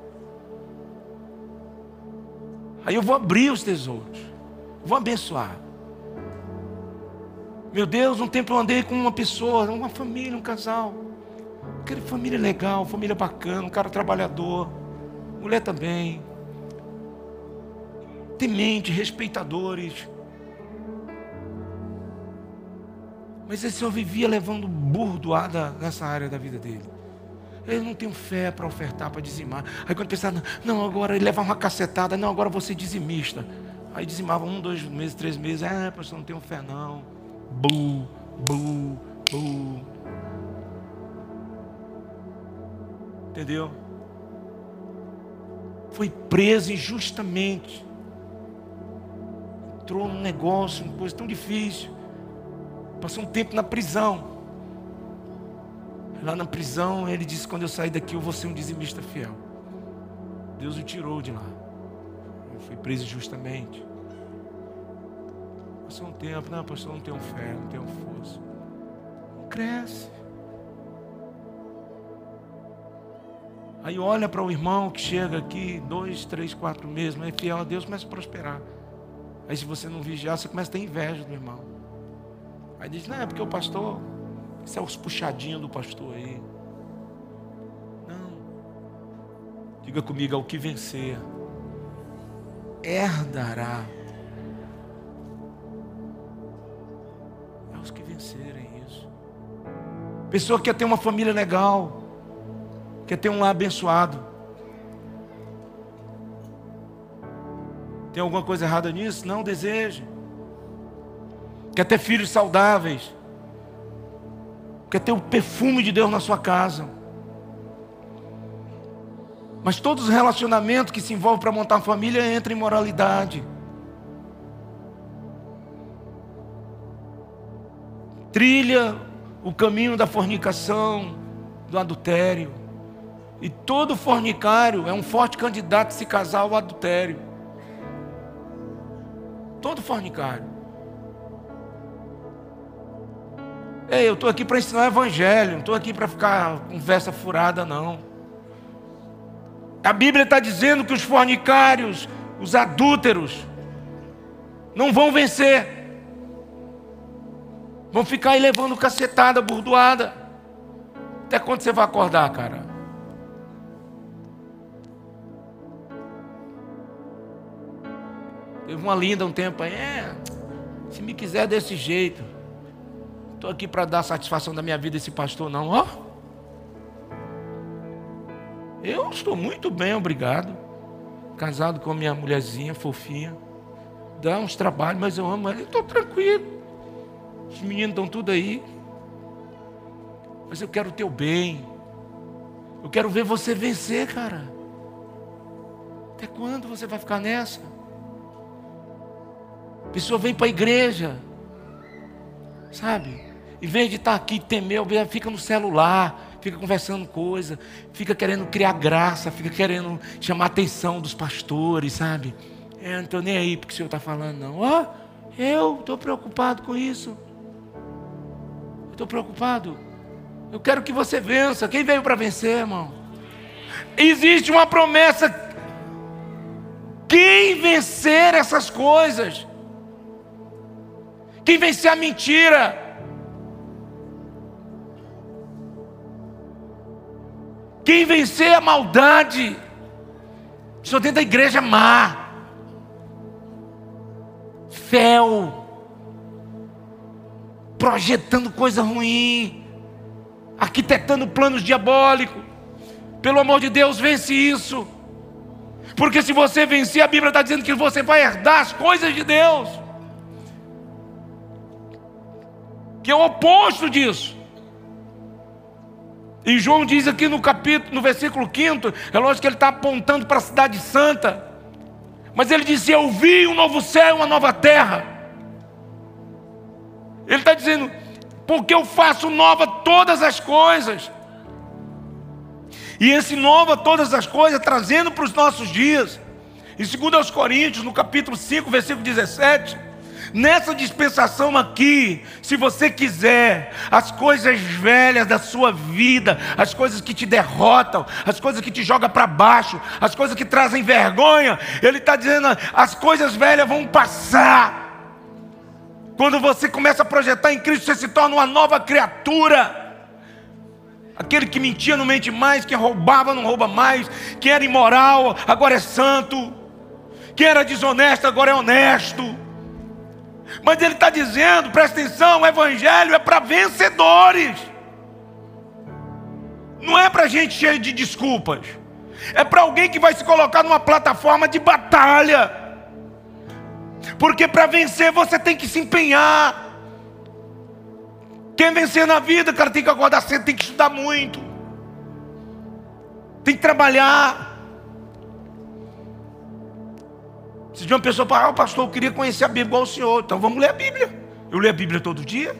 Aí eu vou abrir os tesouros, vou abençoar. Meu Deus, um tempo eu andei com uma pessoa, uma família, um casal. Aquela família legal, família bacana, um cara trabalhador, mulher também, temente, respeitadores. Mas esse senhor vivia levando burdoada nessa área da vida dele. Eu não tenho fé para ofertar, para dizimar. Aí quando pensava, não, agora ele levava uma cacetada, não, agora eu vou ser dizimista. Aí dizimava 1, 2 meses, 3 meses, pastor, não tenho fé não. Bu, bu, bu. Entendeu? Foi preso injustamente. Entrou num negócio, uma coisa tão difícil. Passou um tempo na prisão. Lá na prisão ele disse, quando eu sair daqui eu vou ser um dizimista fiel. Deus o tirou de lá. Eu fui preso injustamente. Passou um tempo, não, pastor, não tenho fé, não tenho força. Não cresce. Aí olha para o irmão que chega aqui 2, 3, 4 meses, mas é fiel a Deus, começa a prosperar. Aí se você não vigiar, você começa a ter inveja do irmão. Aí diz, não, é porque o pastor, isso é os puxadinhos do pastor aí. Não. Diga comigo, ao que vencer, herdará. Aos que vencerem isso. Pessoa que quer ter uma família legal, quer ter um lar abençoado. Tem alguma coisa errada nisso? Não deseja. Quer ter filhos saudáveis. Quer ter o perfume de Deus na sua casa. Mas todos os relacionamentos que se envolvem para montar uma família entram em imoralidade. Trilha o caminho da fornicação, do adultério. E todo fornicário é um forte candidato a se casar ao adultério. Todo fornicário. Ei, eu estou aqui para ensinar o evangelho, não estou aqui para ficar com conversa furada, não. A Bíblia está dizendo que os fornicários, os adúlteros, não vão vencer. Vão ficar aí levando cacetada, burdoada. Até quando você vai acordar, cara? Teve uma linda um tempo aí, se me quiser desse jeito, estou aqui para dar satisfação da minha vida esse pastor não, ó. Eu estou muito bem, obrigado. Casado com a minha mulherzinha, fofinha. Dá uns trabalhos, mas eu amo ela, estou tranquilo. Os meninos estão tudo aí. Mas eu quero o teu bem. Eu quero ver você vencer, cara. Até quando você vai ficar nessa? A pessoa vem para a igreja, sabe? Em vez de estar aqui temer, fica no celular, fica conversando coisa, fica querendo criar graça, fica querendo chamar a atenção dos pastores, sabe? Eu não estou nem aí porque o senhor está falando, não. Eu estou preocupado com isso. Eu estou preocupado. Eu quero que você vença. Quem veio para vencer, irmão? Existe uma promessa. Quem vencer essas coisas? Quem vencer a mentira? Quem vencer a maldade? Só dentro da igreja má. Fel. Projetando coisa ruim. Arquitetando planos diabólicos. Pelo amor de Deus, vence isso. Porque se você vencer, a Bíblia está dizendo que você vai herdar as coisas de Deus. Que é o oposto disso. E João diz aqui no versículo 5, é lógico que ele está apontando para a cidade santa. Mas ele disse: eu vi um novo céu e uma nova terra. Ele está dizendo: porque eu faço nova todas as coisas. E esse nova todas as coisas, trazendo para os nossos dias. Em 2 Coríntios, no capítulo 5, versículo 17. Nessa dispensação aqui, se você quiser, as coisas velhas da sua vida, as coisas que te derrotam, as coisas que te jogam para baixo, as coisas que trazem vergonha, ele está dizendo: as coisas velhas vão passar. Quando você começa a projetar em Cristo, você se torna uma nova criatura. Aquele que mentia não mente mais, que roubava não rouba mais, que era imoral agora é santo, que era desonesto agora é honesto. Mas ele está dizendo, presta atenção, o evangelho é para vencedores. Não é para gente cheia de desculpas. É para alguém que vai se colocar numa plataforma de batalha. Porque para vencer você tem que se empenhar. Quem vencer na vida, cara, tem que acordar cedo, tem que estudar muito. Tem que trabalhar. Se de uma pessoa fala: pastor, eu queria conhecer a Bíblia igual o senhor. Então vamos ler a Bíblia. Eu leio a Bíblia todo dia.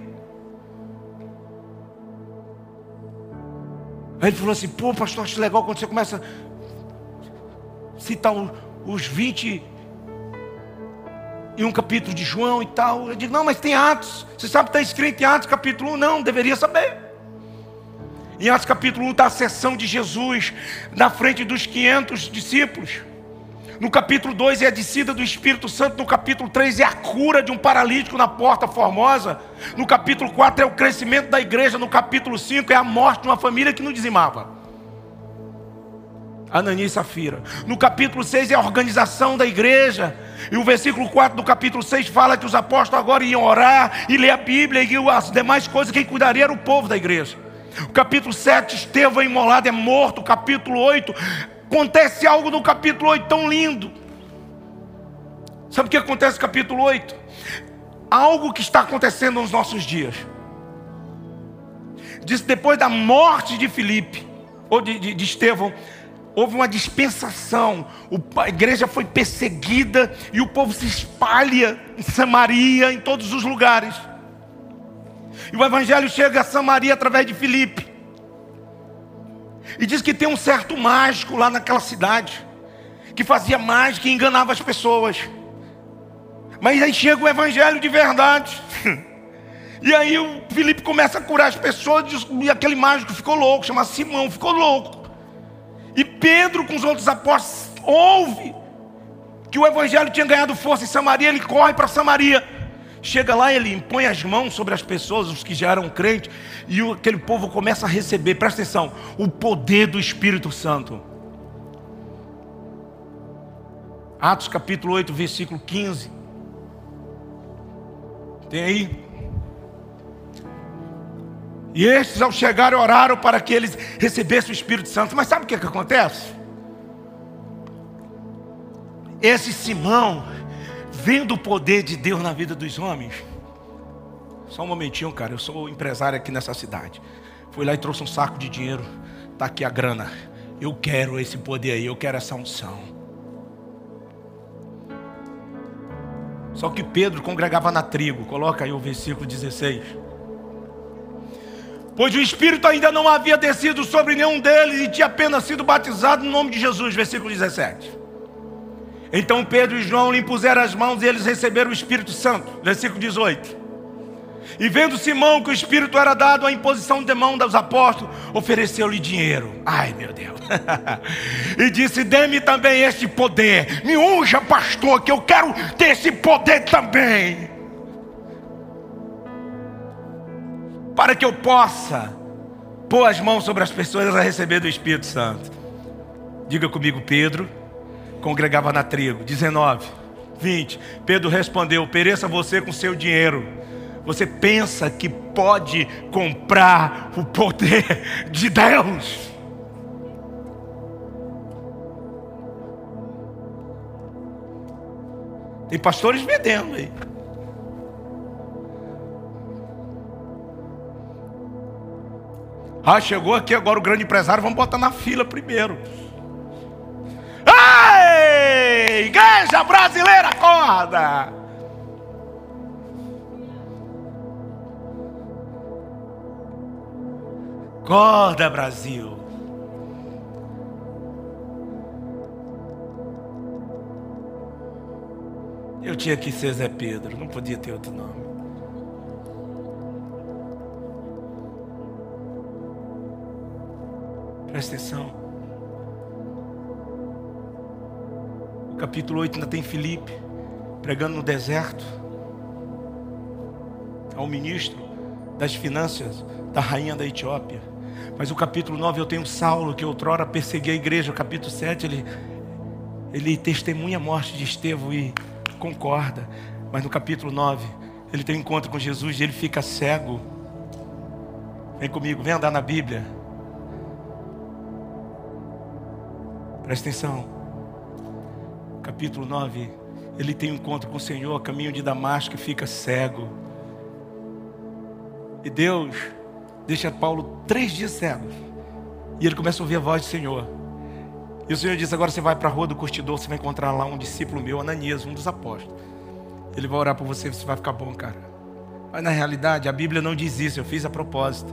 Aí ele falou assim: pô, pastor, acho legal quando você começa a citar os 21 capítulos de João e tal. Eu digo: não, mas tem Atos. Você sabe que está escrito em Atos capítulo 1? Não, deveria saber. Em Atos capítulo 1 está a sessão de Jesus na frente dos 500 discípulos. No capítulo 2 é a descida do Espírito Santo. No capítulo 3 é a cura de um paralítico na Porta Formosa. No capítulo 4 é o crescimento da igreja. No capítulo 5 é a morte de uma família que não dizimava, Ananias e Safira. No capítulo 6 é a organização da igreja. E o versículo 4 do capítulo 6 fala que os apóstolos agora iam orar e ler a Bíblia, e as demais coisas quem cuidaria era o povo da igreja. O capítulo 7, Estevão é imolado, é morto. O capítulo 8, acontece algo no capítulo 8 tão lindo. Sabe o que acontece no capítulo 8? Algo que está acontecendo nos nossos dias. Diz: depois da morte de Filipe, ou de Estevão, houve uma dispensação. A igreja foi perseguida e o povo se espalha em Samaria, em todos os lugares. E o evangelho chega a Samaria através de Filipe. E diz que tem um certo mágico lá naquela cidade, que fazia mágica e enganava as pessoas. Mas aí chega o evangelho de verdade. E aí o Filipe começa a curar as pessoas, e aquele mágico ficou louco, chama Simão, ficou louco. E Pedro com os outros apóstolos ouve que o evangelho tinha ganhado força em Samaria. Ele corre para Samaria. Chega lá, ele impõe as mãos sobre as pessoas, os que já eram crentes, e aquele povo começa a receber, presta atenção, o poder do Espírito Santo. Atos capítulo 8, versículo 15. Tem aí? E estes, ao chegar, oraram para que eles recebessem o Espírito Santo. Mas sabe o que acontece? Esse Simão, vendo o poder de Deus na vida dos homens. Só um momentinho, cara, eu sou empresário aqui nessa cidade. Foi lá e trouxe um saco de dinheiro. Está aqui a grana. Eu quero esse poder aí, eu quero essa unção. Só que Pedro congregava na tribo. Coloca aí o versículo 16. Pois o Espírito ainda não havia descido sobre nenhum deles e tinha apenas sido batizado no nome de Jesus. Versículo 17. Então Pedro e João lhe impuseram as mãos e eles receberam o Espírito Santo. Versículo 18. E vendo Simão que o Espírito era dado à imposição de mão dos apóstolos, ofereceu-lhe dinheiro. Ai, meu Deus. E disse: dê-me também este poder. Me unja, pastor, que eu quero ter esse poder também, para que eu possa pôr as mãos sobre as pessoas a receber do Espírito Santo. Diga comigo: Pedro congregava na tribo. 19, 20. Pedro respondeu: pereça você com seu dinheiro. Você pensa que pode comprar o poder de Deus? Tem pastores vendendo aí. Ah, chegou aqui agora o grande empresário, vamos botar na fila primeiro. Ei, igreja brasileira, acorda! Acorda, Brasil. Eu tinha que ser Zé Pedro, não podia ter outro nome. Presta atenção. O capítulo 8 ainda tem Filipe pregando no deserto ao ministro das finanças da rainha da Etiópia. Mas o capítulo 9 eu tenho Saulo, que outrora perseguia a igreja. O capítulo 7 ele testemunha a morte de Estevão e concorda. Mas no capítulo 9 ele tem um encontro com Jesus e ele fica cego. Vem comigo, vem andar na Bíblia. Presta atenção. Capítulo 9, ele tem um encontro com o Senhor a caminho de Damasco e fica cego. E Deus deixa Paulo 3 dias cego. E ele começa a ouvir a voz do Senhor. E o Senhor diz: agora você vai para a rua do curtidor, você vai encontrar lá um discípulo meu, Ananias, um dos apóstolos. Ele vai orar por você, você vai ficar bom, cara. Mas na realidade a Bíblia não diz isso, eu fiz a propósito.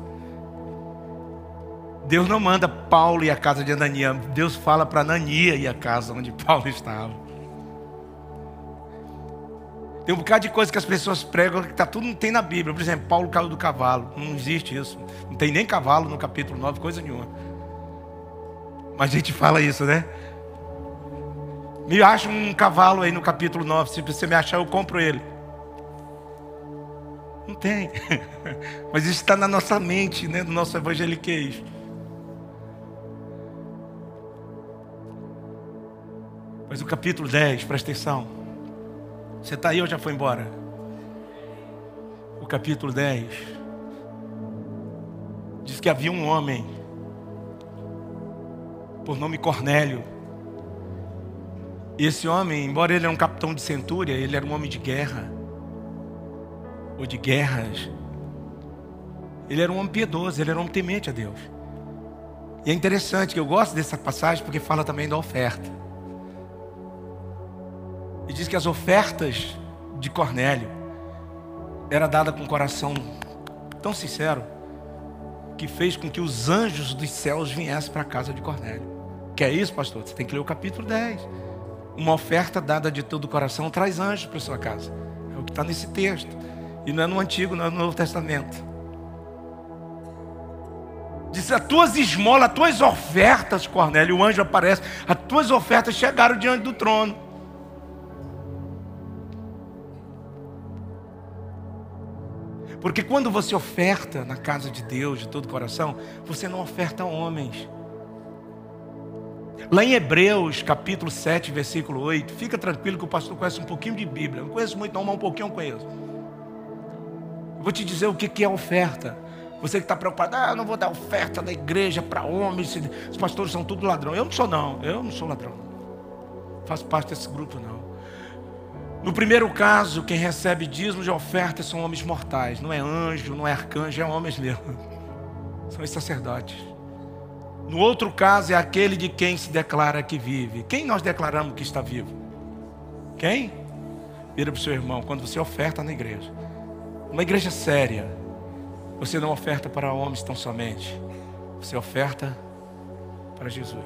Deus não manda Paulo ir à casa de Ananias. Deus fala para Ananias ir à casa onde Paulo estava. Tem um bocado de coisa que as pessoas pregam que tudo não tem na Bíblia. Por exemplo, Paulo caiu do cavalo. Não existe isso. Não tem nem cavalo no capítulo 9, coisa nenhuma. Mas a gente fala isso, né? Me acha um cavalo aí no capítulo 9. Se você me achar, eu compro ele. Não tem. Mas isso está na nossa mente, né? No nosso evangeliquez. Mas o capítulo 10, presta atenção. Você está aí ou já foi embora? O capítulo 10 diz que havia um homem por nome Cornélio. E esse homem, embora ele era um capitão de centúria, ele era um homem de guerra ou de guerras. Ele era um homem piedoso, ele era um homem temente a Deus. E é interessante que eu gosto dessa passagem porque fala também da oferta. E diz que as ofertas de Cornélio era dada com um coração tão sincero que fez com que os anjos dos céus viessem para a casa de Cornélio. Que é isso, pastor? Você tem que ler o capítulo 10. Uma oferta dada de todo o coração traz anjos para a sua casa. É o que está nesse texto. E não é no Antigo, não é no Novo Testamento. Diz: as tuas esmolas, as tuas ofertas, Cornélio, o anjo aparece, as tuas ofertas chegaram diante do trono. Porque quando você oferta na casa de Deus de todo o coração, você não oferta a homens. Lá em Hebreus, capítulo 7, versículo 8, fica tranquilo que o pastor conhece um pouquinho de Bíblia. Não conheço muito não, mas um pouquinho eu conheço. Vou te dizer o que é oferta. Você que está preocupado: eu não vou dar oferta da igreja para homens, os pastores são tudo ladrão. Eu não sou não, eu não sou ladrão. Faço parte desse grupo não. No primeiro caso, quem recebe dízimos de oferta são homens mortais. Não é anjo, não é arcanjo, é homens mesmo. São os sacerdotes. No outro caso é aquele de quem se declara que vive. Quem nós declaramos que está vivo? Quem? Vira para o seu irmão, quando você oferta na igreja, uma igreja séria, você não oferta para homens tão somente, você oferta para Jesus.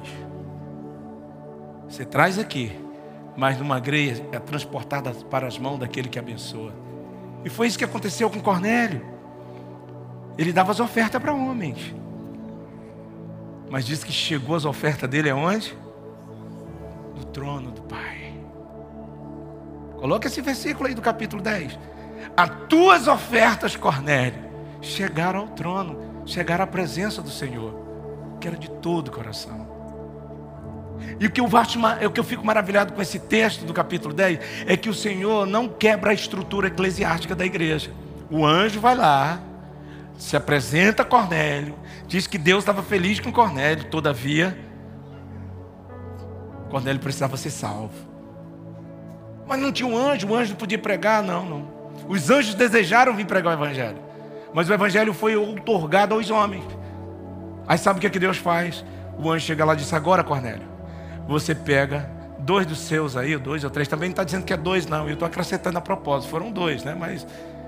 Você traz aqui, mas numa igreja é transportada para as mãos daquele que abençoa. E foi isso que aconteceu com Cornélio. Ele dava as ofertas para homens, mas disse que chegou as ofertas dele aonde? No trono do Pai. Coloca esse versículo aí do capítulo 10. As tuas ofertas, Cornélio, chegaram ao trono, chegaram à presença do Senhor, que era de todo o coração. E o que eu fico maravilhado com esse texto do capítulo 10 é que o Senhor não quebra a estrutura eclesiástica da igreja. O anjo vai lá, se apresenta a Cornélio, diz que Deus estava feliz com Cornélio, todavia Cornélio precisava ser salvo. Mas não tinha um anjo, o anjo não podia pregar, não. Os anjos desejaram vir pregar o evangelho, mas o evangelho foi outorgado aos homens. Aí sabe o que Deus faz? O anjo chega lá e diz: agora, Cornélio, você pega 2 dos seus aí, 2 ou 3, também não está dizendo que é 2 não, eu estou acrescentando a propósito, foram 2, né? Mas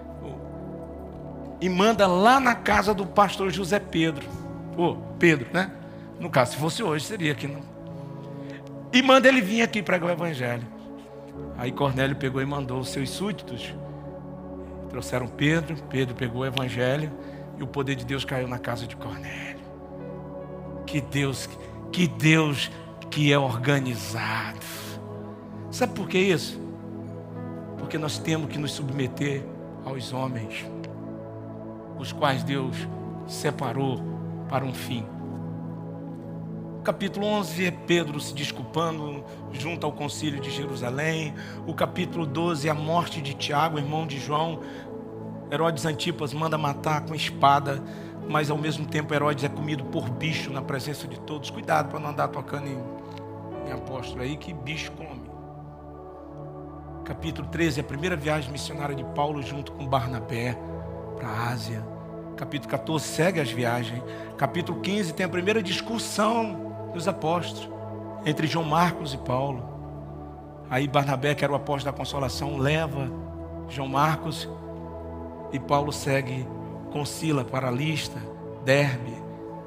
e manda lá na casa do pastor José Pedro, Pedro, né? No caso, se fosse hoje, seria aqui, não? E manda ele vir aqui pregar o evangelho. Aí Cornélio pegou e mandou os seus súditos, trouxeram Pedro pegou o evangelho, e o poder de Deus caiu na casa de Cornélio. Que Deus que é organizado. Sabe por que isso? Porque nós temos que nos submeter aos homens, os quais Deus separou para um fim. O capítulo 11 é Pedro se desculpando junto ao concílio de Jerusalém. O capítulo 12 é a morte de Tiago, irmão de João. Herodes Antipas manda matar com espada, mas ao mesmo tempo Herodes é comido por bicho na presença de todos. Cuidado para não andar tocando em apóstolo aí, que bicho come. Capítulo 13 é a primeira viagem missionária de Paulo junto com Barnabé para a Ásia. Capítulo 14 segue as viagens. Capítulo 15 tem a primeira discussão dos apóstolos entre João Marcos e Paulo. Aí Barnabé, que era o apóstolo da consolação, leva João Marcos, e Paulo segue com Sila para Listra, Derbe.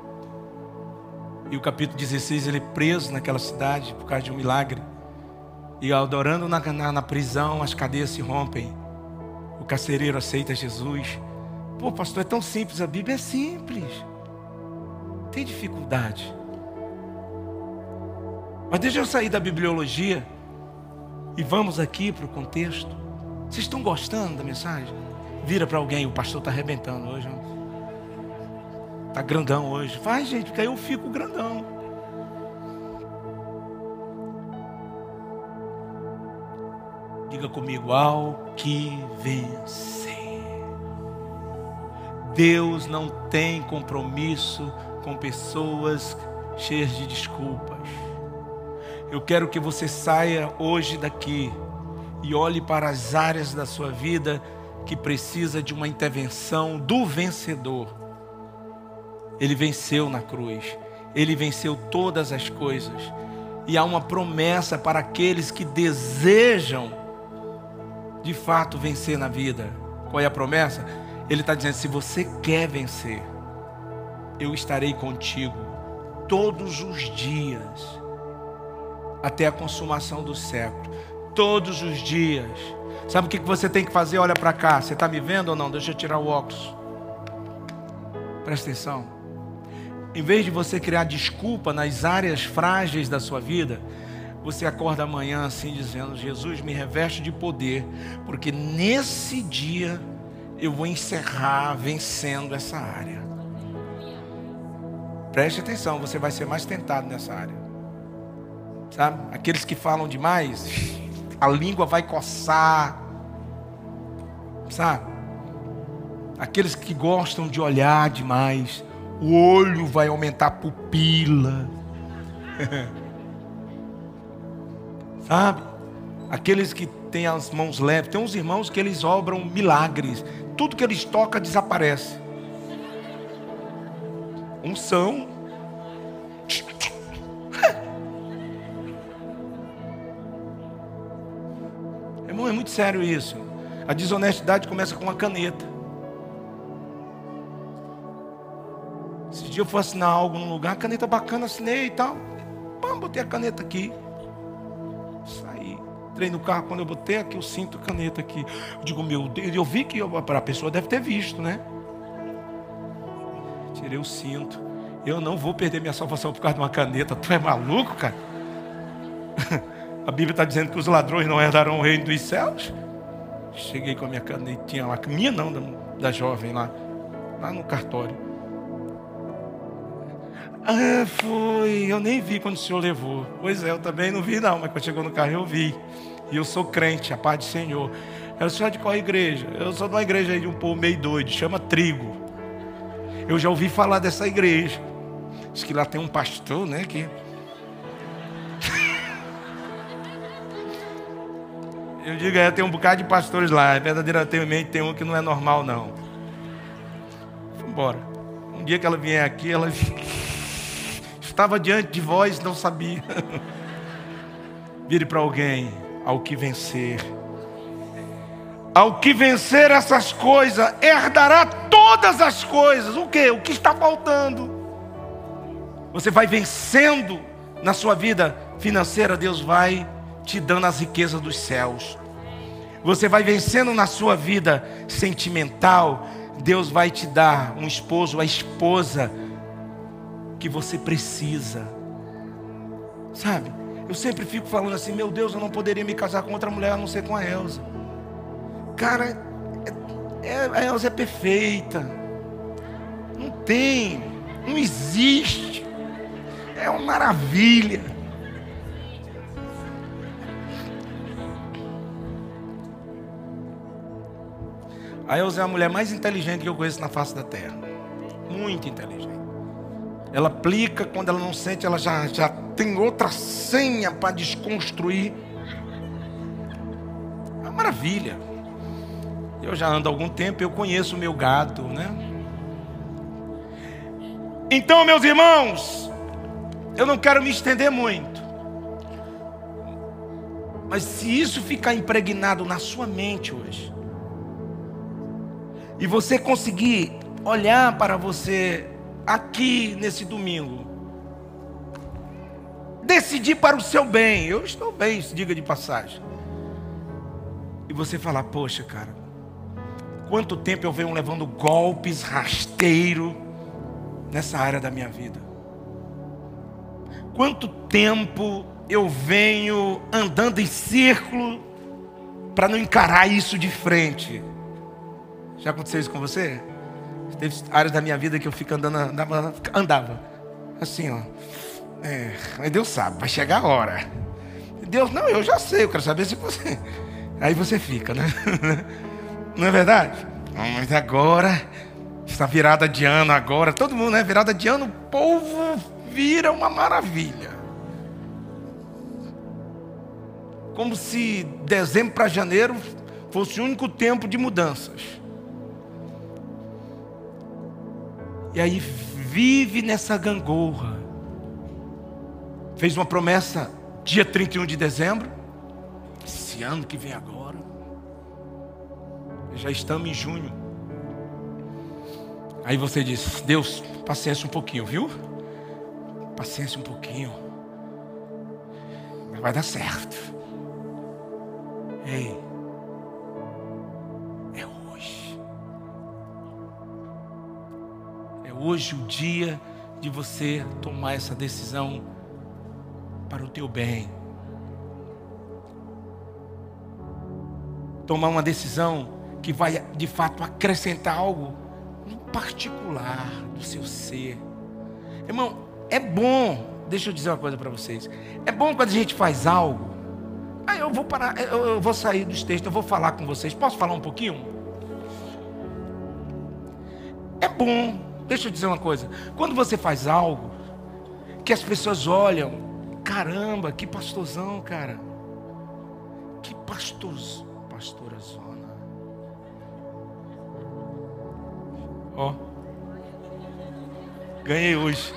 E o capítulo 16 ele é preso naquela cidade por causa de um milagre. E adorando na prisão, as cadeias se rompem. O carcereiro aceita Jesus. Pô, pastor, é tão simples, a Bíblia é simples. Tem dificuldade. Mas deixa eu sair da bibliologia e vamos aqui para o contexto. Vocês estão gostando da mensagem? Vira para alguém, o pastor está arrebentando hoje. Está grandão hoje. Vai, gente, porque aí eu fico grandão. Diga comigo: ao que vencer. Deus não tem compromisso com pessoas cheias de desculpas. Eu quero que você saia hoje daqui e olhe para as áreas da sua vida que precisa de uma intervenção do vencedor. Ele venceu na cruz, ele venceu todas as coisas, e há uma promessa para aqueles que desejam de fato vencer na vida. Qual é a promessa? Ele está dizendo: se você quer vencer, eu estarei contigo todos os dias, até a consumação do século. Todos os dias. Sabe o que você tem que fazer? Olha para cá. Você está me vendo ou não? Deixa eu tirar o óculos. Presta atenção. Em vez de você criar desculpa nas áreas frágeis da sua vida, você acorda amanhã assim dizendo: Jesus, me reveste de poder, porque nesse dia eu vou encerrar vencendo essa área. Preste atenção, você vai ser mais tentado nessa área. Sabe? Aqueles que falam demais, a língua vai coçar. Sabe? Aqueles que gostam de olhar demais, o olho vai aumentar a pupila. Sabe? Aqueles que têm as mãos leves. Tem uns irmãos que eles obram milagres. Tudo que eles tocam desaparece. Unção. Irmão, é muito sério isso. A desonestidade começa com uma caneta. Esse dia eu fui assinar algo num lugar, caneta bacana, assinei e tal. Pam, botei a caneta aqui. Saí. Entrei no carro, quando eu botei aqui, eu sinto a caneta aqui. Eu digo, meu Deus, eu vi que a pessoa deve ter visto, né? Tirei o cinto. Eu não vou perder minha salvação por causa de uma caneta. Tu é maluco, cara? A Bíblia está dizendo que os ladrões não herdarão o reino dos céus. Cheguei com a minha canetinha lá, minha não, da jovem lá no cartório. Ah, foi, eu nem vi quando o senhor levou. Pois é, eu também não vi não, mas quando chegou no carro eu vi. E eu sou crente, a paz do Senhor. Eu sou de qual igreja? Eu sou de uma igreja aí de um povo meio doido, chama Trigo. Eu já ouvi falar dessa igreja. Diz que lá tem um pastor, né, que... Eu digo, tem um bocado de pastores lá. Verdadeiramente tem um que não é normal, não. Vamos embora. Um dia que ela vier aqui, ela estava diante de vós, não sabia. Vire para alguém. Ao que vencer. Ao que vencer essas coisas, herdará todas as coisas. O quê? O que está faltando? Você vai vencendo na sua vida financeira, Deus vai te dando as riquezas dos céus. Você vai vencendo na sua vida sentimental, Deus vai te dar um esposo, a esposa que você precisa. Sabe? Eu sempre fico falando assim, meu Deus, eu não poderia me casar com outra mulher a não ser com a Elza. Cara, a Elza é perfeita. Não tem, não existe. É uma maravilha. A Elza é a mulher mais inteligente que eu conheço na face da terra. Muito inteligente. Ela aplica, quando ela não sente, ela já tem outra senha para desconstruir. É uma maravilha. Eu já ando há algum tempo, eu conheço o meu gado, né? Então, meus irmãos, eu não quero me estender muito. Mas se isso ficar impregnado na sua mente hoje, e você conseguir olhar para você aqui nesse domingo, decidir para o seu bem, eu estou bem, diga de passagem, e você falar, poxa cara, quanto tempo eu venho levando golpes rasteiros nessa área da minha vida, quanto tempo eu venho andando em círculo para não encarar isso de frente. Já aconteceu isso com você? Teve áreas da minha vida que eu fico andava assim, ó. Mas Deus sabe, vai chegar a hora. Deus, não, eu já sei, eu quero saber se você... Aí você fica, né? Não é verdade? Mas agora, essa virada de ano agora, todo mundo, né? Virada de ano, o povo vira uma maravilha. Como se dezembro para janeiro fosse o único tempo de mudanças. E aí vive nessa gangorra. Fez uma promessa dia 31 de dezembro. Esse ano que vem agora. Já estamos em junho. Aí você diz, Deus, paciência um pouquinho, viu? Paciência um pouquinho. Mas vai dar certo. Ei. É hoje. É hoje o dia de você tomar essa decisão para o teu bem. Tomar uma decisão que vai de fato acrescentar algo no particular do seu ser. Irmão, é bom, deixa eu dizer uma coisa para vocês. É bom quando a gente faz algo. Aí eu vou parar, eu vou sair dos textos, eu vou falar com vocês. Posso falar um pouquinho? É bom, deixa eu dizer uma coisa. Quando você faz algo que as pessoas olham, caramba, que pastorzão, cara. Que pastorzão. Pastora Zona. Ó. Ganhei hoje.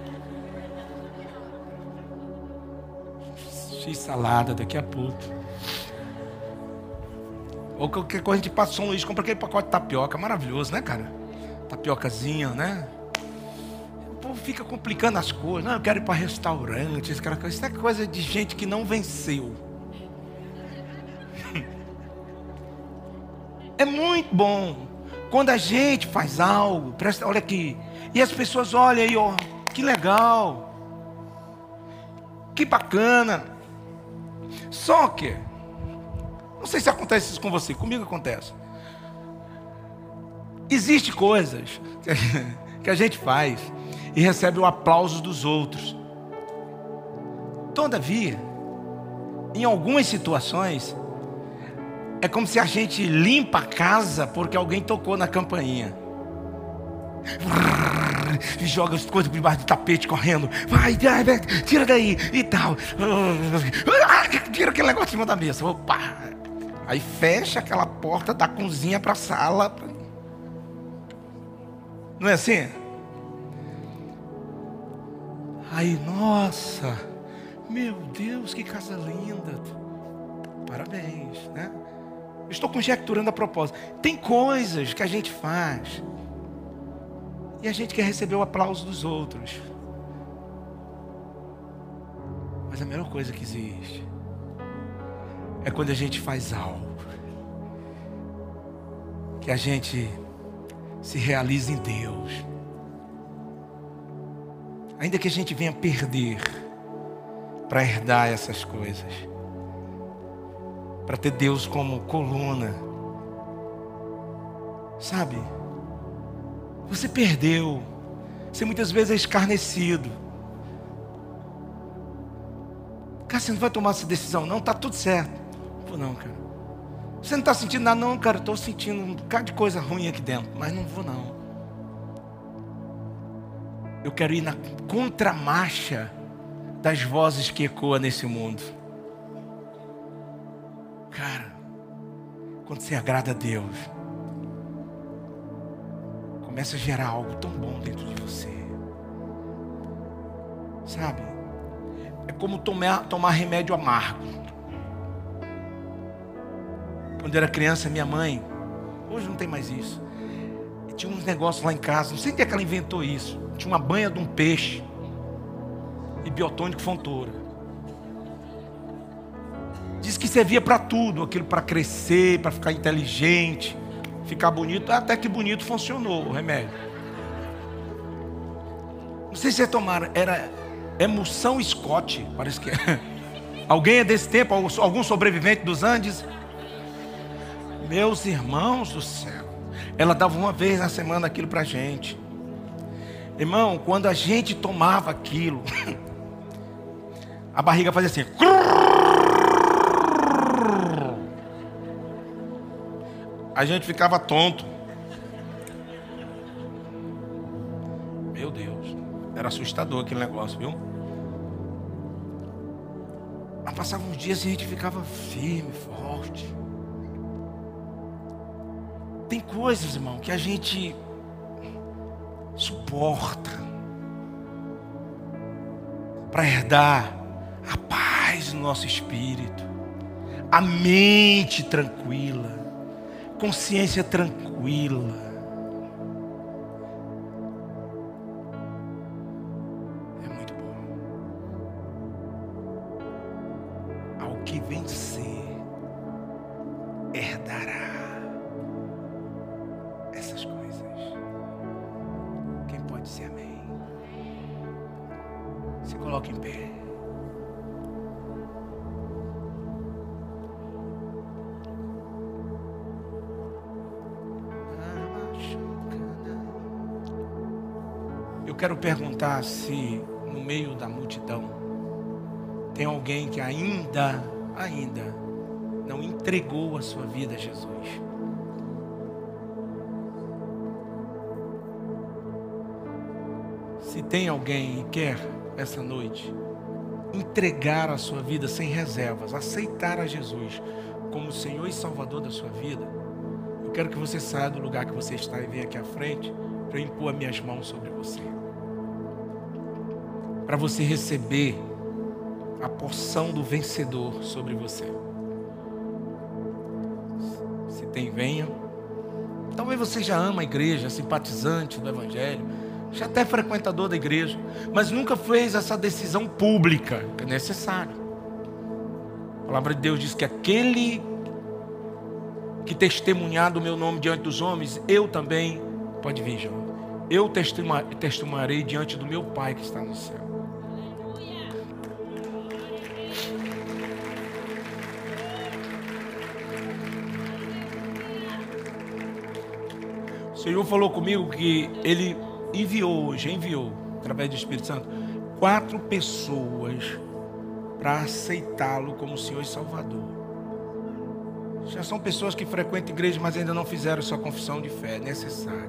X-salada daqui a pouco. Ou qualquer coisa a gente passa São Luís, compra aquele pacote de tapioca. Maravilhoso, né, cara? Tapiocazinha, né? O povo fica complicando as coisas. Não, eu quero ir para restaurante. Isso é coisa de gente que não venceu. É muito bom quando a gente faz algo. Presta, olha aqui. E as pessoas olham aí, ó. Que legal. Que bacana. Só que, não sei se acontece isso com você, comigo acontece. Existem coisas que a gente faz e recebe o aplauso dos outros. Todavia, em algumas situações, é como se a gente limpa a casa porque alguém tocou na campainha. E joga as coisas por debaixo do tapete correndo. Vai, tira daí e tal. Tira aquele negócio de cima da mesa. Opa! Aí fecha aquela porta da cozinha para a sala. Não é assim? Aí, nossa, meu Deus, que casa linda. Parabéns, né? Eu estou conjecturando a propósito. Tem coisas que a gente faz e a gente quer receber o aplauso dos outros. Mas a melhor coisa que existe é quando a gente faz algo que a gente se realiza em Deus. Ainda que a gente venha perder para herdar essas coisas, para ter Deus como coluna. Sabe? Você perdeu. Você muitas vezes é escarnecido. Cara, você não vai tomar essa decisão não? Tá tudo certo. Não vou não, cara. Você não está sentindo nada não, cara? Estou sentindo um bocado de coisa ruim aqui dentro. Mas não vou não. Eu quero ir na contramarcha das vozes que ecoam nesse mundo. Cara, quando você agrada a Deus, começa a gerar algo tão bom dentro de você. Sabe? É como tomar remédio amargo. Quando eu era criança, minha mãe, hoje não tem mais isso, tinha uns negócios lá em casa, não sei onde é que ela inventou isso. Tinha uma banha de um peixe e biotônico Fontoura. Diz que servia para tudo, aquilo para crescer, para ficar inteligente, ficar bonito. Até que bonito funcionou o remédio. Não sei se vocês tomaram, era emulsão Scott, parece que é. Alguém é desse tempo, algum sobrevivente dos Andes? Meus irmãos do céu, ela dava uma vez na semana aquilo pra gente. Irmão, quando a gente tomava aquilo, a barriga fazia assim. A gente ficava tonto. Meu Deus, era assustador aquele negócio, viu? Mas passavam uns dias e a gente ficava firme, forte. Tem coisas, irmão, que a gente suporta para herdar a paz no nosso espírito, a mente tranquila, consciência tranquila. É muito bom. Ao que vencer, herdará essas coisas. Quem pode dizer amém? Se coloca em pé. Eu quero perguntar se no meio da multidão tem alguém que ainda não entregou a sua vida a Jesus. Se tem alguém e quer essa noite entregar a sua vida sem reservas, aceitar a Jesus como Senhor e Salvador da sua vida, eu quero que você saia do lugar que você está e venha aqui à frente para eu impor as minhas mãos sobre você. para você receber a porção do vencedor sobre você. Se tem, venha. Talvez você já ama a igreja, simpatizante do Evangelho, já até frequentador da igreja, mas nunca fez essa decisão pública, que é necessário. A palavra de Deus diz que aquele que testemunhar do meu nome diante dos homens, eu também, pode vir, João, eu testemunharei diante do meu Pai que está no céu. O Senhor falou comigo que Ele enviou, através do Espírito Santo, 4 pessoas para aceitá-lo como Senhor e Salvador. Já são pessoas que frequentam igreja, mas ainda não fizeram sua confissão de fé. É necessário.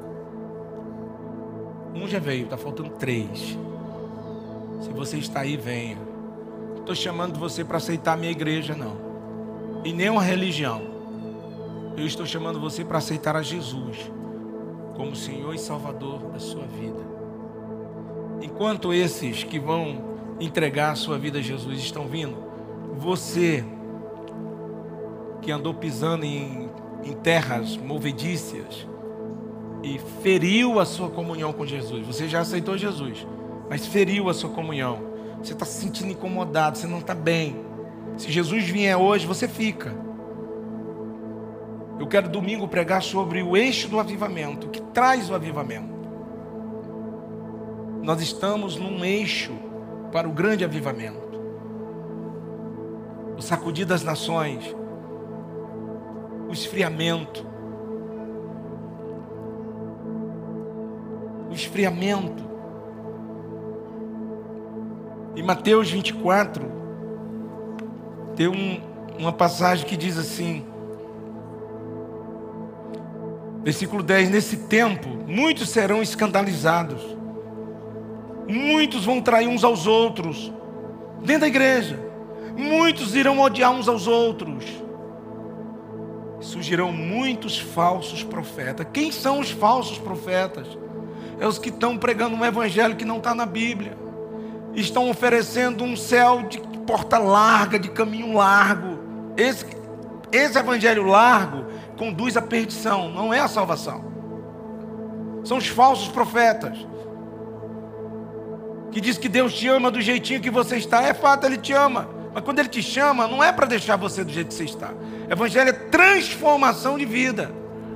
Um já veio, está faltando 3. Se você está aí, venha. Não estou chamando você para aceitar a minha igreja, não. E nem uma religião. Eu estou chamando você para aceitar a Jesus como Senhor e Salvador da sua vida. Enquanto esses que vão entregar a sua vida a Jesus estão vindo, você que andou pisando em terras movedícias e feriu a sua comunhão com Jesus, você já aceitou Jesus, mas feriu a sua comunhão, você está se sentindo incomodado, você não está bem. Se Jesus vier hoje, você fica. Eu quero domingo pregar sobre o eixo do avivamento, o que traz o avivamento. Nós estamos num eixo para o grande avivamento. O sacudir das nações, o esfriamento. O esfriamento. Em Mateus 24, tem uma passagem que diz assim, versículo 10, nesse tempo, muitos serão escandalizados, muitos vão trair uns aos outros, dentro da igreja, muitos irão odiar uns aos outros, surgirão muitos falsos profetas. Quem são os falsos profetas? É os que estão pregando um evangelho que não está na Bíblia, estão oferecendo um céu de porta larga, de caminho largo. Esse evangelho largo conduz à perdição, não é a salvação. São os falsos profetas que diz que Deus te ama do jeitinho que você está. É fato, Ele te ama, mas quando Ele te chama, não é para deixar você do jeito que você está. Evangelho é transformação de vida.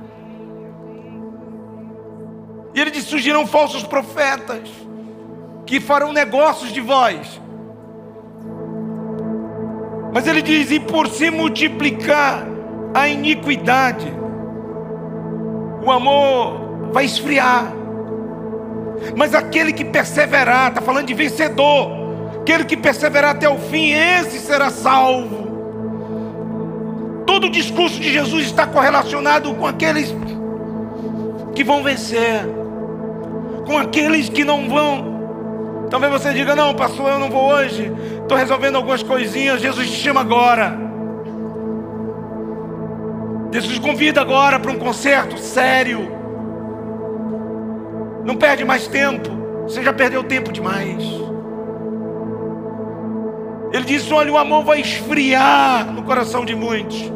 E Ele diz: surgirão falsos profetas que farão negócios de vós. Mas Ele diz: e por se multiplicar a iniquidade, o amor vai esfriar. Mas aquele que perseverar, está falando de vencedor, aquele que perseverar até o fim, esse será salvo. Todo o discurso de Jesus está correlacionado com aqueles que vão vencer, com aqueles que não vão. Talvez você diga: não, pastor, eu não vou hoje, estou resolvendo algumas coisinhas. Jesus te chama agora. Jesus convida agora para um concerto sério. Não perde mais tempo, você já perdeu tempo demais. Ele diz: olha, o amor vai esfriar no coração de muitos.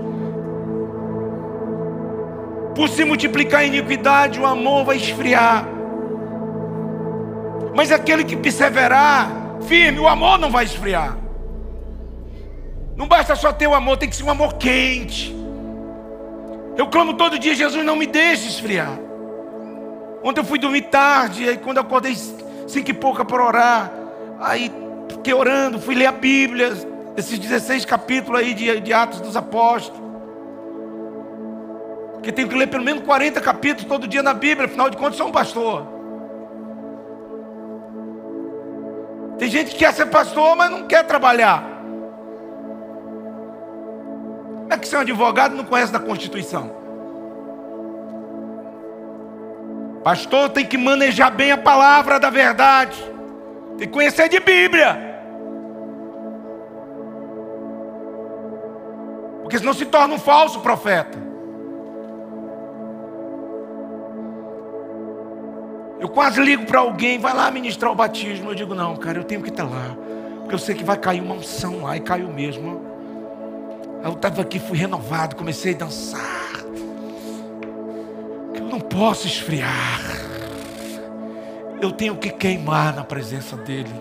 Por se multiplicar a iniquidade, o amor vai esfriar. Mas aquele que perseverar firme, o amor não vai esfriar. Não basta só ter o amor, tem que ser um amor quente. Eu clamo todo dia: Jesus, não me deixe esfriar. Ontem eu fui dormir tarde, aí quando eu acordei 5 e pouca para orar, aí fiquei orando, fui ler a Bíblia, esses 16 capítulos aí de Atos dos Apóstolos, porque tenho que ler pelo menos 40 capítulos todo dia na Bíblia, afinal de contas sou um pastor. Tem gente que quer ser pastor, mas não quer trabalhar. Como é que você é um advogado e não conhece da Constituição? Pastor tem que manejar bem a palavra da verdade, tem que conhecer de Bíblia, porque senão se torna um falso profeta. Eu quase ligo para alguém, vai lá ministrar o batismo. Eu digo, não, cara, eu tenho que estar lá. Porque eu sei que vai cair uma unção lá, e caiu mesmo. Eu estava aqui, fui renovado, comecei a dançar. Eu não posso esfriar. Eu tenho que queimar na presença dele.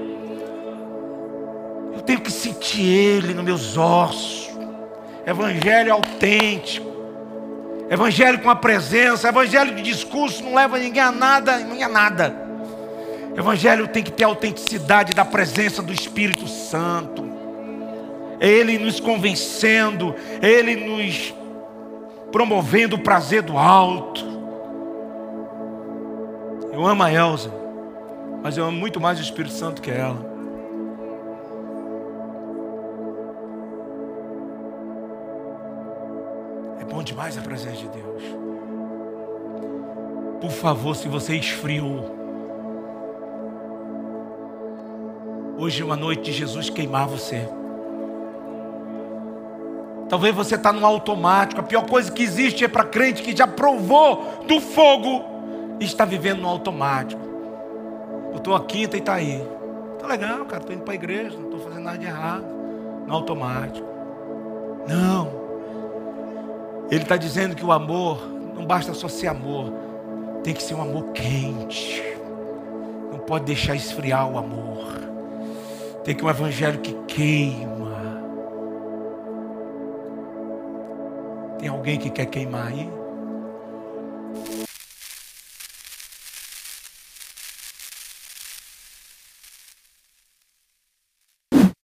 Eu tenho que sentir ele nos meus ossos. Evangelho autêntico. Evangelho com a presença. Evangelho de discurso não leva ninguém a nada, não é nada. Evangelho tem que ter a autenticidade da presença do Espírito Santo. É Ele nos convencendo, é Ele nos promovendo o prazer do alto. Eu amo a Elza, mas eu amo muito mais o Espírito Santo que ela. É bom demais a presença de Deus. Por favor, se você esfriou, hoje é uma noite de Jesus queimar você. Talvez você está no automático. A pior coisa que existe é para crente que já provou do fogo e está vivendo no automático. Eu estou aqui em Itaí. Está legal, cara, estou indo para a igreja, não estou fazendo nada de errado. No automático. Não. Ele está dizendo que o amor não basta só ser amor. Tem que ser um amor quente. Não pode deixar esfriar o amor. Tem que um evangelho que queima. Tem alguém que quer queimar aí?